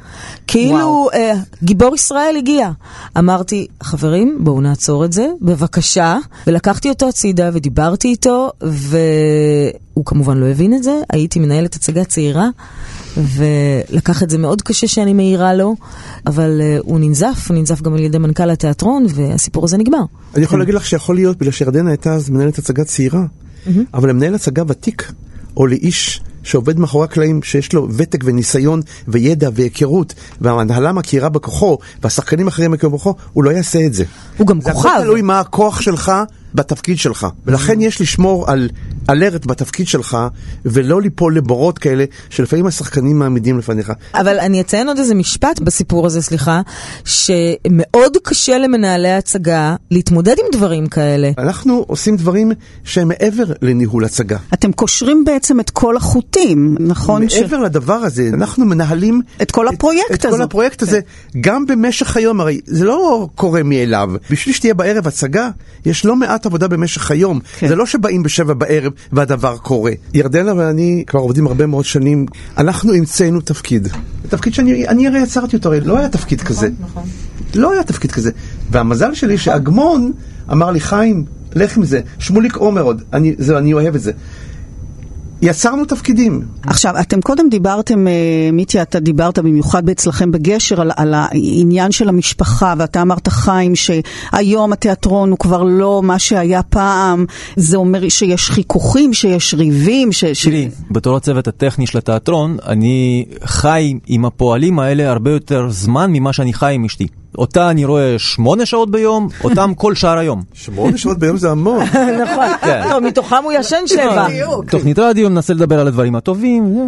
כאילו אה, גיבור ישראל הגיע. אמרתי, חברים, בואו נעצור את זה, בבקשה. ולקחתי אותו הצידה ודיברתי איתו, והוא כמובן לא הבין את זה. הייתי מנהלת הצגה צעירה, ולקח את זה מאוד קשה שאני מעירה לו, אבל uh, הוא ננזף, הוא ננזף גם על ידי מנכ"ל התיאטרון, והסיפור הזה נגמר. אני יכול להגיד לך שיכול להיות, בגלל שירדנה הייתה אז מנהלת הצגה צעירה, אבל למנהל הצגה ותיק, או לאיש שעובד מאחורי הקלעים, שיש לו ותק וניסיון וידע והיכרות, והמנהלה מכירה בכוחו, והשחקנים אחרים מכירים בכוחו, הוא לא יעשה את זה. הוא גם כוכב. זה הכל תלוי מה הכוח שלך בתפקיד שלך. ולכן יש לשמור על אלרט בתפקיד שלך, ולא ליפול לבורות כאלה, שלפעמים השחקנים מעמידים לפניך. אבל אני אציין עוד איזה משפט בסיפור הזה, סליחה, שמאוד קשה למנהלי הצגה להתמודד עם דברים כאלה. אנחנו עושים דברים שהם מעבר לניהול הצגה. אתם קושרים בעצם את כל החוטים, נכון? מעבר לדבר הזה, אנחנו מנהלים את כל הפרויקט הזה. את כל הפרויקט הזה, גם במשך היום, הרי זה לא קורה מאליו. בשביל שתהיה בערב הצגה, יש לא מעט עבודה במשך היום. זה לא שבאים בשבע בערב והדבר קורה. ירדנה ואני כבר עובדים הרבה מאוד שנים. אנחנו המצאנו תפקיד. תפקיד שאני אני הרי יצרתי אותו, הרי לא היה תפקיד כזה. לא היה תפקיד כזה. והמזל שלי שאגמון אמר לי, חיים, לך עם זה. שמוליק עומר עוד. אני, זה, אני אוהב את זה. יצרנו תפקידים. עכשיו, אתם קודם דיברתם, מיטי, אתה דיברת במיוחד אצלכם בגשר על, על העניין של המשפחה, ואתה אמרת, חיים, שהיום התיאטרון הוא כבר לא מה שהיה פעם, זה אומר שיש חיכוכים, שיש ריבים, ש... תראי, בתור הצוות הטכני של התיאטרון, אני חי עם הפועלים האלה הרבה יותר זמן ממה שאני חי עם אשתי. אותה אני רואה שמונה שעות ביום, אותם כל שער היום. שמונה שעות ביום זה המון. נכון. טוב, מתוכם הוא ישן שבע. תוכנית רדיו, ננסה לדבר על הדברים הטובים.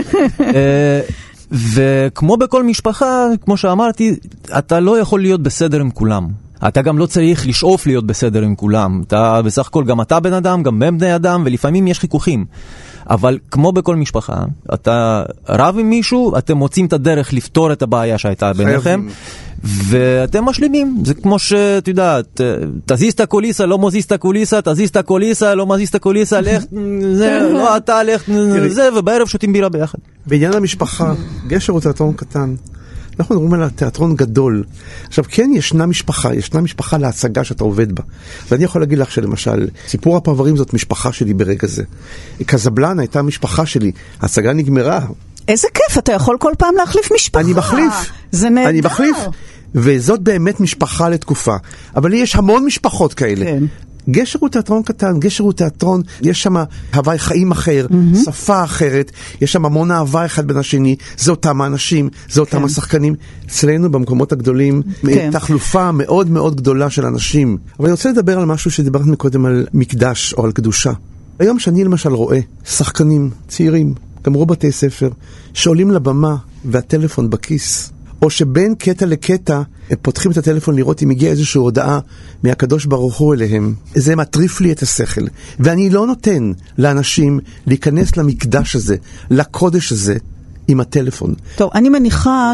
וכמו בכל משפחה, כמו שאמרתי, אתה לא יכול להיות בסדר עם כולם. אתה גם לא צריך לשאוף להיות בסדר עם כולם. אתה בסך הכל, גם אתה בן אדם, גם הם בני אדם, ולפעמים יש חיכוכים. אבל כמו בכל משפחה, אתה רב עם מישהו, אתם מוצאים את הדרך לפתור את הבעיה שהייתה ביניכם, ואתם משלימים. זה כמו שאת יודעת, תזיז את הקוליסה, לא מזיז את הקוליסה, תזיז את הקוליסה, לא מזיז את הקוליסה, לך, זה, לא אתה, לך, זה, ובערב שותים בירה ביחד. בעניין המשפחה, גשר הוא תיאטרון קטן. אנחנו מדברים על תיאטרון גדול. עכשיו, כן, ישנה משפחה, ישנה משפחה להצגה שאתה עובד בה. ואני יכול להגיד לך שלמשל, סיפור הפרברים זאת משפחה שלי ברגע זה. קזבלן הייתה משפחה שלי, ההצגה נגמרה. איזה כיף, אתה יכול כל פעם להחליף משפחה. אני מחליף. זה נהדר. אני מחליף. וזאת באמת משפחה לתקופה. אבל יש המון משפחות כאלה. כן. גשר הוא תיאטרון קטן, גשר הוא תיאטרון, יש שם הוואי חיים אחר, mm-hmm. שפה אחרת, יש שם המון אהבה אחד בין השני, זה אותם האנשים, זה אותם כן. השחקנים. אצלנו במקומות הגדולים, כן. תחלופה מאוד מאוד גדולה של אנשים. אבל אני רוצה לדבר על משהו שדיברנו קודם על מקדש או על קדושה. היום שאני למשל רואה שחקנים צעירים, גמרו בתי ספר, שעולים לבמה והטלפון בכיס, או שבין קטע לקטע פותחים את הטלפון לראות אם הגיעה איזושהי הודעה מהקדוש ברוך הוא אליהם. זה מטריף לי את השכל. ואני לא נותן לאנשים להיכנס למקדש הזה, לקודש הזה, עם הטלפון. טוב, אני מניחה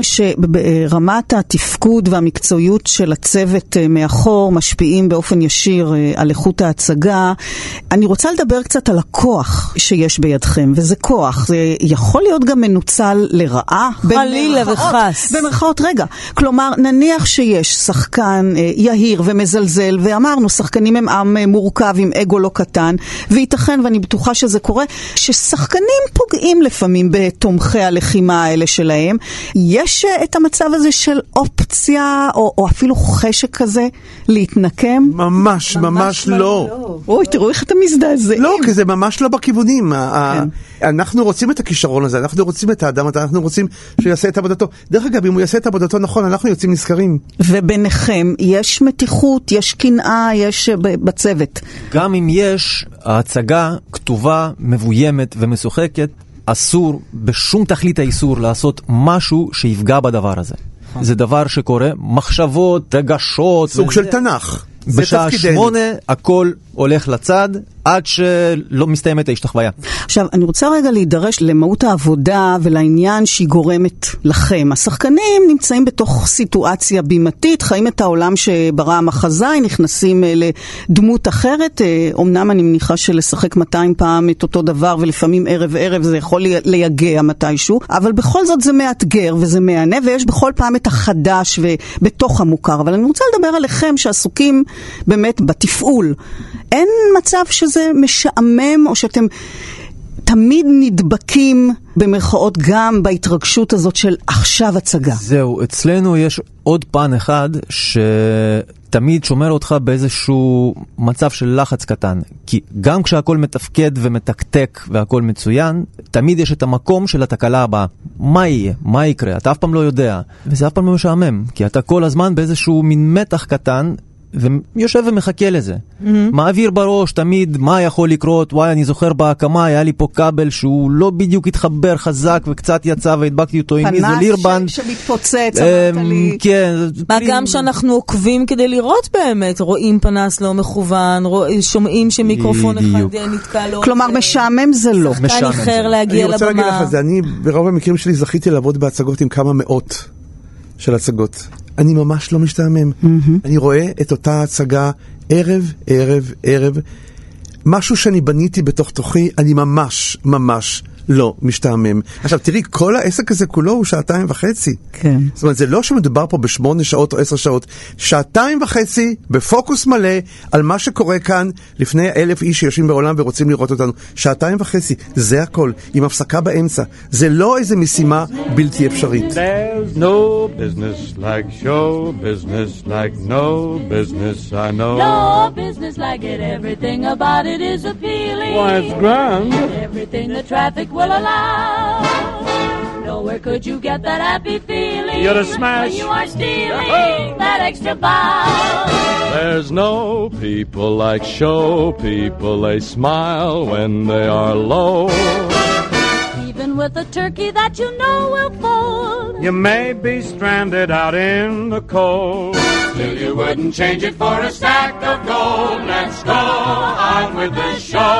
שברמת התפקוד והמקצועיות של הצוות מאחור משפיעים באופן ישיר על איכות ההצגה. אני רוצה לדבר קצת על הכוח שיש בידכם, וזה כוח. זה יכול להיות גם מנוצל לרעה. חלילה וחס. במרכאות, רגע. כלומר, נניח שיש שחקן יהיר ומזלזל, ואמרנו, שחקנים הם עם מורכב עם אגו לא קטן, וייתכן, ואני בטוחה שזה קורה, ששחקנים פוגעים לפעמים בתומכי הלחימה. הלחימה האלה שלהם. יש את המצב הזה של אופציה, או, או אפילו חשק כזה, להתנקם? ממש, ממש, ממש לא. לא. אוי, תראו איך אתה מזדעזע. לא, כי זה ממש לא בכיוונים. כן. אנחנו רוצים את הכישרון הזה, אנחנו רוצים את האדם, אנחנו רוצים שיעשה את עבודתו. דרך אגב, אם הוא יעשה את עבודתו נכון, אנחנו יוצאים נזכרים. וביניכם, יש מתיחות, יש קנאה, יש בצוות. גם אם יש, ההצגה כתובה, מבוימת ומשוחקת, אסור, בשום תכלית האיסור, לעשות משהו שיפגע בדבר הזה. זה דבר שקורה, מחשבות, רגשות. סוג של תנ"ך. בשעה שמונה הכל הולך לצד עד שלא מסתיימת ההשתחוויה. עכשיו, אני רוצה רגע להידרש למהות העבודה ולעניין שהיא גורמת לכם. השחקנים נמצאים בתוך סיטואציה בימתית, חיים את העולם שברא המחזאי, נכנסים לדמות אחרת. אמנם אני מניחה שלשחק מאתיים פעם את אותו דבר, ולפעמים ערב ערב זה יכול ליגע מתישהו, אבל בכל זאת זה מאתגר וזה מענה, ויש בכל פעם את החדש ובתוך המוכר. אבל אני רוצה לדבר עליכם שעסוקים באמת בתפעול. אין מצב שזה משעמם, או שאתם תמיד נדבקים במרכאות גם בהתרגשות הזאת של עכשיו הצגה? זהו, אצלנו יש עוד פן אחד שתמיד שומר אותך באיזשהו מצב של לחץ קטן. כי גם כשהכל מתפקד ומתקתק והכל מצוין, תמיד יש את המקום של התקלה הבאה. מה יהיה? מה יקרה? אתה אף פעם לא יודע. וזה אף פעם לא משעמם, כי אתה כל הזמן באיזשהו מין מתח קטן, ויושב ומחכה לזה. Mm-hmm. מעביר בראש תמיד מה יכול לקרות. וואי, אני זוכר בהקמה, היה לי פה כבל שהוא לא בדיוק התחבר חזק וקצת יצא והדבקתי אותו עם איזולירבנד. פנס שמתפוצץ, אמרת לי. כן. מה גם שאנחנו עוקבים כדי לראות באמת, רואים פנס לא מכוון, שומעים שמיקרופון אחד נתקע לו. כלומר, משעמם זה לא. שחקן אחר להגיע לבמה. אני רוצה להגיד לך זה, אני ברוב המקרים שלי זכיתי לעבוד בהצגות עם כמה מאות של הצגות. אני ממש לא משתעמם. Mm-hmm. אני רואה את אותה הצגה ערב, ערב, ערב. משהו שאני בניתי בתוך תוכי, אני ממש, ממש לא, משתעמם. עכשיו תראי, כל העסק הזה כולו הוא שעתיים וחצי. כן. זאת אומרת, זה לא שמדובר פה בשמונה שעות או עשר שעות, שעתיים וחצי בפוקוס מלא על מה שקורה כאן לפני אלף איש שיושבים בעולם ורוצים לראות אותנו. שעתיים וחצי, זה הכל, עם הפסקה באמצע. זה לא איזה משימה בלתי אפשרית. There's no business like show business like no business I know. No business like it, everything about it is appealing. Why, it's grand. Everything the traffic will allow. Nowhere could you get that happy feeling. You're a smash. When you are stealing that extra bow. There's no people like show people. They smile when they are low. Even with a turkey that you know will fold. You may be stranded out in the cold. Still you wouldn't change it for a stack of gold. Let's go on with the show.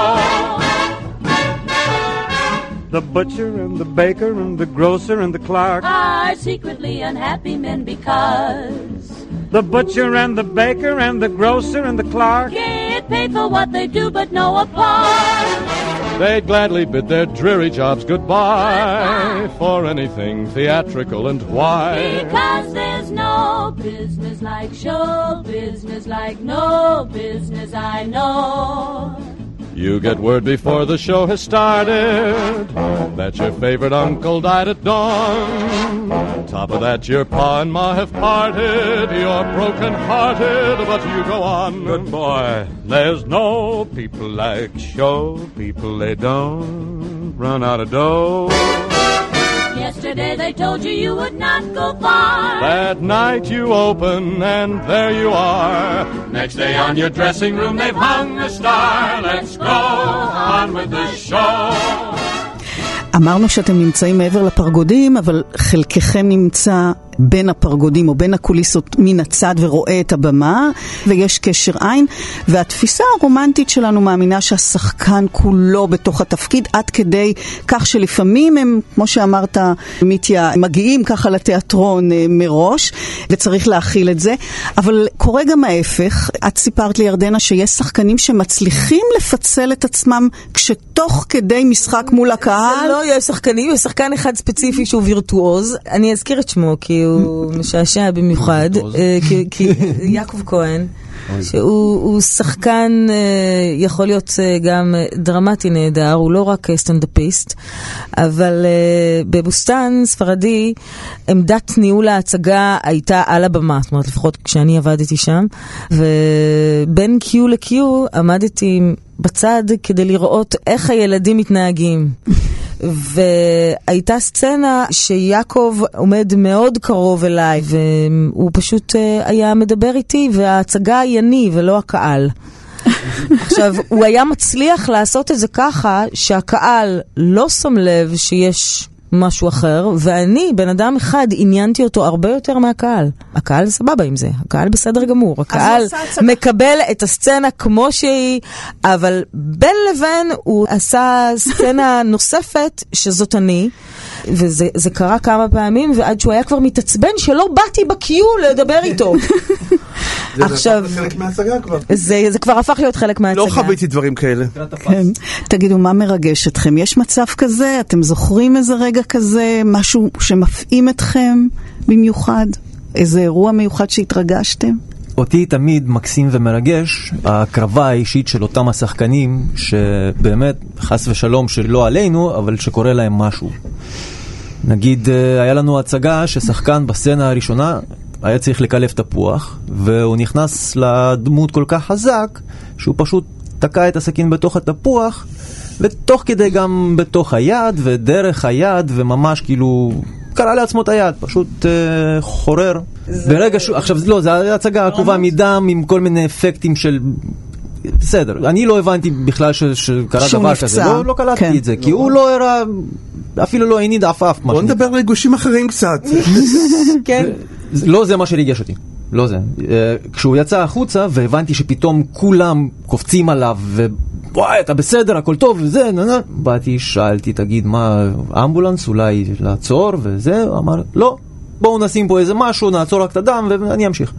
The butcher and the baker and the grocer and the clerk Are secretly unhappy men because the butcher and the baker and the grocer and the clerk get paid for what they do but no apart. they'd gladly bid their dreary jobs goodbye for anything theatrical, and why? Because there's no business like show business like no business I know. You get word before the show has started that your favorite uncle died at dawn. Top of that, your pa and ma have parted. You're broken-hearted, but you go on. Good boy. There's no people like show people. They don't run out of dough. Yesterday they told you you would not go far. That night you open and there you are. Next day on your dressing room they've hung a star. Let's go on with the show. אמרנו שאתם נמצאים מעבר לפרגודים, אבל חלקכם נמצא בין הפרגודים או בין הקוליסות מן הצד ורואה את הבמה, ויש קשר עין, והתפיסה הרומנטית שלנו מאמינה שהשחקן כולו בתוך התפקיד, עד כדי כך שלפעמים הם, כמו שאמרת מיטיה, מגיעים ככה לתיאטרון מראש, וצריך להכיל את זה, אבל קורה גם ההפך. את סיפרת לי ירדנה שיש שחקנים שמצליחים לפצל את עצמם כשתוך כדי משחק מול הקהל. זה לא, יש שחקנים, יש שחקן אחד ספציפי שהוא וירטואוז, אני אזכיר את שמו כי הוא משעשע במיוחד, כי יעקב כהן, שהוא שחקן, יכול להיות גם דרמטי נהדר, הוא לא רק סטנדאפיסט, אבל בבוסטן ספרדי עמדת ניהול ההצגה הייתה על הבמה, זאת אומרת לפחות כשאני עבדתי שם, ובין קיו לקיו עמדתי בצד כדי לראות איך הילדים מתנהגים. והייתה סצנה שיעקב עומד מאוד קרוב אליי, והוא פשוט היה מדבר איתי, וההצגה היא אני ולא הקהל. עכשיו, הוא היה מצליח לעשות את זה ככה, שהקהל לא שם לב שיש משהו אחר, ואני, בן אדם אחד, עניינתי אותו הרבה יותר מהקהל. הקהל סבבה עם זה, הקהל בסדר גמור, הקהל מקבל את הסצנה כמו שהיא, אבל בין לבין הוא עשה סצנה נוספת שזאת אני, וזה זה קרה כמה פעמים, ועד שהוא היה כבר מתעצבן שלא באתי בקיו לדבר איתו. עכשיו, זה חלק מההצגה כבר. זה, זה כבר הפך להיות חלק מההצגה. לא חוויתי דברים כאלה. כן. תגידו, מה מרגש אתכם? יש מצב כזה? אתם זוכרים איזה רגע כזה? משהו שמפעים אתכם במיוחד? איזה אירוע מיוחד שהתרגשתם? אותי תמיד מקסים ומרגש הקרבה האישית של אותם השחקנים שבאמת חס ושלום שלא עלינו, אבל שקורה להם משהו. נגיד, היה לנו הצגה ששחקן בסצנה הראשונה היה צריך לקלף תפוח, והוא נכנס לדמות כל כך חזק שהוא פשוט תקע את הסכין בתוך התפוח, ותוך כדי גם בתוך היד ודרך היד, וממש כאילו קרא לעצמו את היד, פשוט אה, חורר. ברגע ש... עכשיו, לא, זו הצגה עקובה מדם עם כל מיני אפקטים של... בסדר, אני לא הבנתי בכלל ש... שקרה דבר כזה, לא, לא קלטתי כן. את זה, כי הוא לא הראה, אפילו לא הניד עפעף. בוא נדבר ריגושים אחרים קצת. כן. לא זה מה שריגש אותי, לא זה. כשהוא יצא החוצה והבנתי שפתאום כולם קופצים עליו ווואי, אתה בסדר, הכל טוב וזה, ננה. באתי, שאלתי, תגיד, מה, אמבולנס אולי לעצור וזה? הוא אמר, לא, בואו נשים פה איזה משהו, נעצור רק את הדם ואני אמשיך.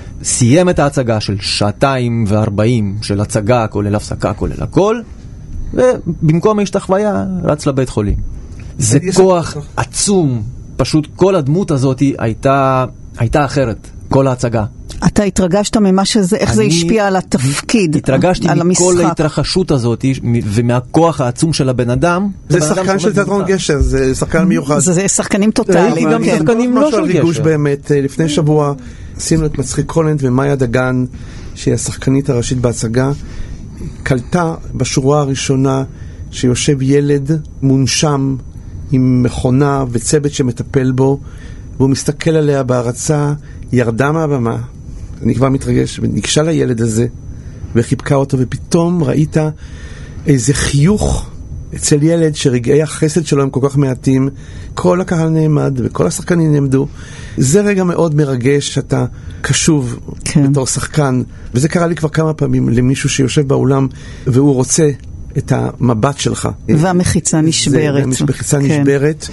סיים את ההצגה של שעתיים וארבעים של הצגה, כולל הפסקה, כולל הכל, ובמקום ההשתחוויה רץ לבית חולים. זה כוח עצום, פשוט כל הדמות הזאת הייתה, הייתה אחרת, כל ההצגה. אתה התרגשת ממה שזה, איך זה השפיע על התפקיד, התרגשתי מכל ההתרחשות הזאת ומהכוח העצום של הבן אדם. זה שחקן של תיאטרון גשר, זה שחקן מיוחד. זה שחקנים טוטליים. גם שחקנים לא של ריגוש גשר. באמת, לפני שבוע עשינו את מצחיק קולנט ומאיה דגן, שהיא השחקנית הראשית בהצגה, קלטה בשורה הראשונה שיושב ילד מונשם עם מכונה וצוות שמטפל בו, והוא מסתכל עליה בהרצה, ירדה מהבמה, אני כבר מתרגש, וניגשה לילד הזה, וחיבקה אותו, ופתאום ראית איזה חיוך אצל ילד, שרגעי החסד שלו הם כל כך מעטים, כל הקהל נעמד, וכל השחקנים נעמדו. זה רגע מאוד מרגש, שאתה קשוב כן. בתור שחקן, וזה קרה לי כבר כמה פעמים, למישהו שיושב באולם, והוא רוצה את המבט שלך. והמחיצה נשברת. זה, המחיצה כן. נשברת.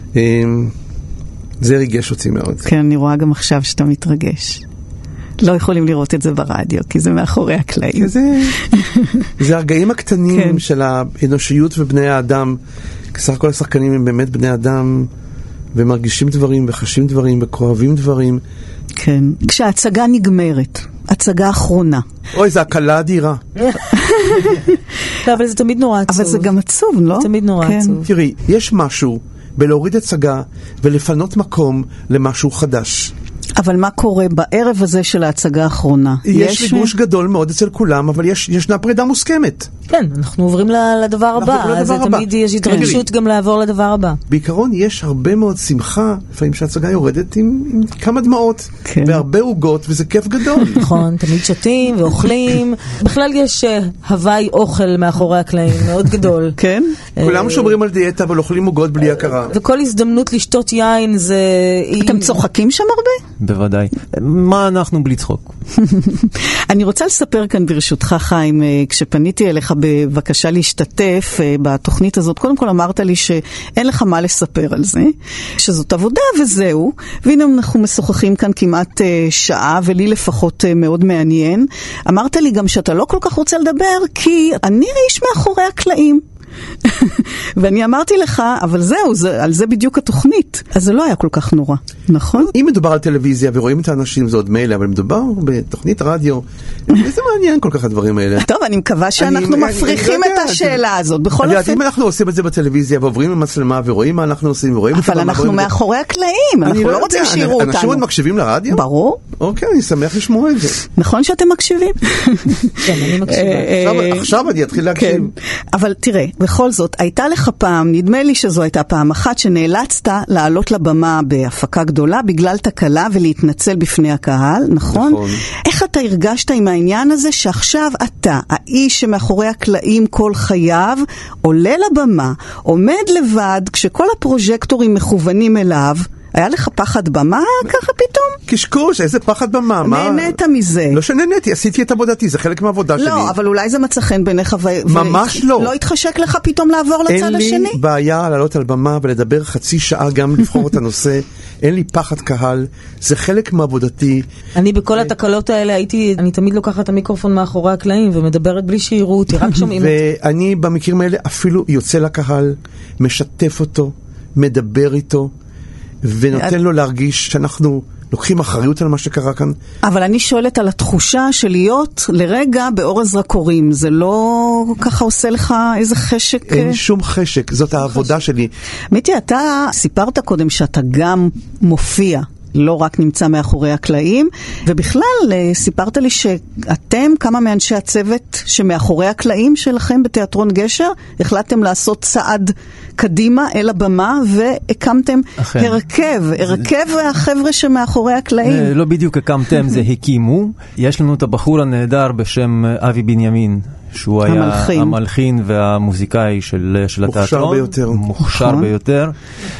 זה ריגש אותי מאוד. כן, אני רואה גם עכשיו שאתה מתרגש. לא יכולים לראות את זה ברדיו, כי זה מאחורי הקלעים. זה, זה הרגעים הקטנים כן. של האנושיות ובני האדם. סך הכל השחקנים הם באמת בני אדם, ומרגישים דברים, וחשים דברים, וכואבים דברים. כן. כשההצגה נגמרת, הצגה אחרונה. אוי, זה הקלה אדירה. לא, אבל זה תמיד נורא עצוב. אבל זה גם עצוב, לא? זה תמיד נורא עצוב. תראי, יש משהו בלהוריד הצגה ולפנות מקום למשהו חדש. אבל מה קורה בערב הזה של ההצגה האחרונה? יש ריגוש גדול מאוד אצל כולם, אבל יש, ישנה פרידה מוסכמת. כן, אנחנו עוברים לדבר הבא, אז תמיד יש התרגשות גם לעבור לדבר הבא. בעיקרון יש הרבה מאוד שמחה, לפעמים שההצגה יורדת עם, עם כמה דמעות, והרבה עוגות, וזה כיף גדול. נכון, תמיד שותים ואוכלים. בכלל יש הוואי אוכל מאחורי הקלעים, מאוד גדול. כן? כולם שומרים על דיאטה, אבל אוכלים עוגות בלי הכרה. וכל הזדמנות לשתות יין זה... אתם צוחקים שם הרבה? בוודאי. מה אנחנו בלי צחוק? אני רוצה לספר כאן ברשותך, חיים, כשפניתי אליך בבקשה להשתתף בתוכנית הזאת, קודם כל אמרת לי שאין לך מה לספר על זה, שזאת עבודה וזהו, והנה אנחנו משוחחים כאן כמעט שעה, ולי לפחות מאוד מעניין. אמרת לי גם שאתה לא כל כך רוצה לדבר, כי אני האיש מאחורי הקלעים. ואני אמרתי לך, אבל זהו, זה, על זה בדיוק התוכנית. אז זה לא היה כל כך נורא, נכון? אם מדובר על טלוויזיה ורואים את האנשים, זה עוד מילא, אבל מדובר בתוכנית רדיו, איזה מעניין כל כך הדברים האלה. טוב, אני מקווה שאנחנו אני, מפריחים אני, אני, את השאלה אני, הזאת. בכל אופן... אם אנחנו עושים את זה בטלוויזיה, ועוברים למצלמה, ורואים מה אנחנו עושים, ורואים... אבל אנחנו מאחורי הקלעים, אנחנו לא רוצים שיראו אותנו. אנשים עוד מקשיבים לרדיו? ברור. אוקיי, אני שמח לשמוע את זה. נכון שאתם מקשיבים? כן, אני מקשיבה. עכשיו אני אתחיל להקשיב. אבל תראה, בכל זאת, הייתה לך פעם, נדמה לי שזו הייתה פעם אחת, שנאלצת לעלות לבמה בהפקה גדולה בגלל תקלה ולהתנצל בפני הקהל, נכון? נכון. איך אתה הרגשת עם העניין הזה שעכשיו אתה, האיש שמאחורי הקלעים כל חייו, עולה לבמה, עומד לבד, כשכל הפרוז'קטורים מכוונים אליו, היה לך פחד במה ככה פתאום? קשקוש, איזה פחד במה? נהנית מזה. לא שנהניתי, עשיתי את עבודתי, זה חלק מהעבודה שלי. לא, אבל אולי זה מצא חן בעיניך ו... ממש לא. לא התחשק לך פתאום לעבור לצד השני? אין לי בעיה לעלות על במה ולדבר חצי שעה גם לבחור את הנושא. אין לי פחד קהל, זה חלק מעבודתי. אני בכל התקלות האלה הייתי, אני תמיד לוקחת את המיקרופון מאחורי הקלעים ומדברת בלי שיראו אותי, רק שומעים אותי. ואני במקרים האלה אפילו יוצא לקהל, משתף אותו, מדבר איתו, ונותן לו להרגיש שאנחנו לוקחים אחריות על מה שקרה כאן. אבל אני שואלת על התחושה של להיות לרגע באור הזרקורים. זה לא ככה עושה לך איזה חשק? אין שום חשק, זאת העבודה שלי. מיטי, אתה סיפרת קודם שאתה גם מופיע. לא רק נמצא מאחורי הקלעים, ובכלל סיפרת לי שאתם, כמה מאנשי הצוות שמאחורי הקלעים שלכם בתיאטרון גשר, החלטתם לעשות צעד קדימה אל הבמה, והקמתם אכן. הרכב, הרכב החבר'ה שמאחורי הקלעים. לא בדיוק הקמתם, זה הקימו. יש לנו את הבחור הנהדר בשם אבי בנימין, שהוא היה המלחין, המלחין והמוזיקאי של, של התיאטרון. מוכשר ביותר. מוכשר ביותר.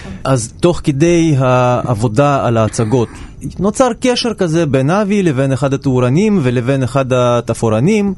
אז תוך כדי העבודה על ההצגות, נוצר קשר כזה בין אבי לבין אחד התאורנים ולבין אחד התפורנים,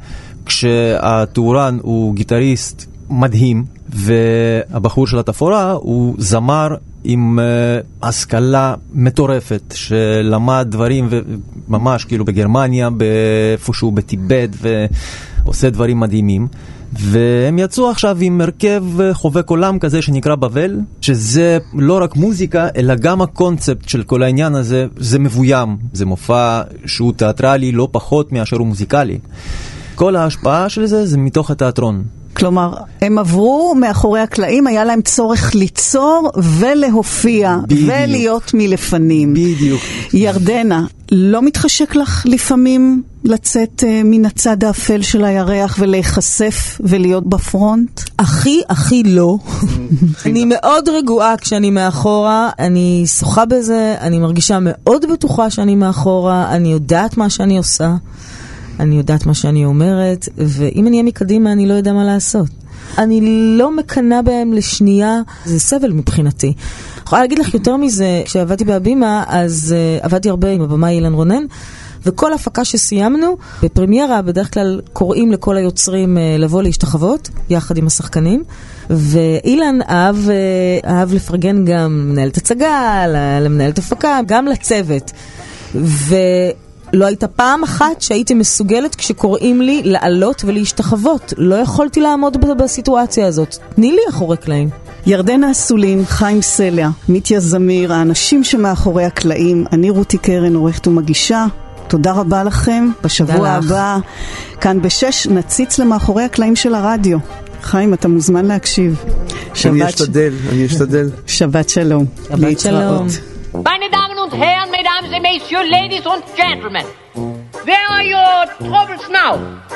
כשהתאורן הוא גיטריסט מדהים, והבחור של התפורה הוא זמר עם uh, השכלה מטורפת, שלמד דברים ממש כאילו בגרמניה, באיפשהו בטיבט, ועושה דברים מדהימים. והם יצאו עכשיו עם הרכב חובק עולם כזה שנקרא בבל, שזה לא רק מוזיקה, אלא גם הקונספט של כל העניין הזה, זה מבוים. זה מופע שהוא תיאטרלי לא פחות מאשר הוא מוזיקלי. כל ההשפעה של זה זה מתוך התיאטרון. כלומר, הם עברו מאחורי הקלעים, היה להם צורך ליצור ולהופיע, בדיוק. ולהיות מלפנים. בדיוק. ירדנה, לא מתחשק לך לפעמים לצאת uh, מן הצד האפל של הירח ולהיחשף ולהיות בפרונט? הכי, הכי לא. אני מאוד רגועה כשאני מאחורה, אני שוחה בזה, אני מרגישה מאוד בטוחה שאני מאחורה, אני יודעת מה שאני עושה. אני יודעת מה שאני אומרת, ואם אני אהיה מקדימה, אני לא יודע מה לעשות. אני לא מקנה בהם לשנייה, זה סבל מבחינתי. אני יכולה להגיד לך יותר מזה, כשעבדתי בהבימה, אז uh, עבדתי הרבה עם הבמאי אילן רונן, וכל הפקה שסיימנו, בפרמיירה בדרך כלל קוראים לכל היוצרים uh, לבוא להשתחוות, יחד עם השחקנים, ואילן אהב, uh, אהב לפרגן גם מנהלת הצגה, למנהלת הפקה, גם לצוות. ו... לא הייתה פעם אחת שהייתי מסוגלת כשקוראים לי לעלות ולהשתחוות. לא יכולתי לעמוד בסיטואציה הזאת. תני לי אחורי קלעים. ירדנה אסולין, חיים סלע, מיטיה זמיר, האנשים שמאחורי הקלעים. אני רותי קרן, עורכת ומגישה. תודה רבה לכם. בשבוע הבא, כאן בשש, נציץ למאחורי הקלעים של הרדיו. חיים, אתה מוזמן להקשיב. אני אשתדל, אני אשתדל. שבת שלום. שבת שלום. Meine Damen und Herren, Mesdames et Messieurs, Ladies und Gentlemen, where are your troubles now?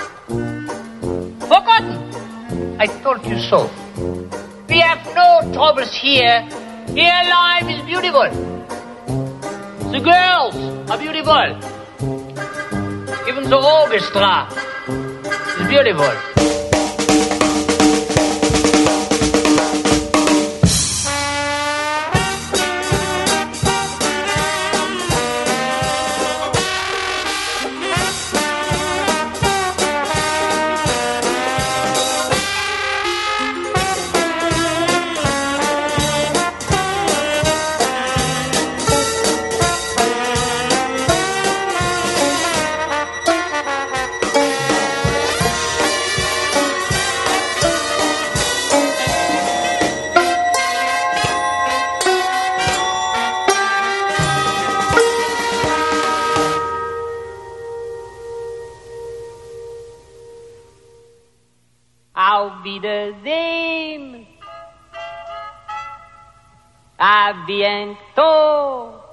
Forgotten? I told you so. We have no troubles here. Here life is beautiful. The girls are beautiful. Even the orchestra is beautiful. Wiedersehen. A bientôt.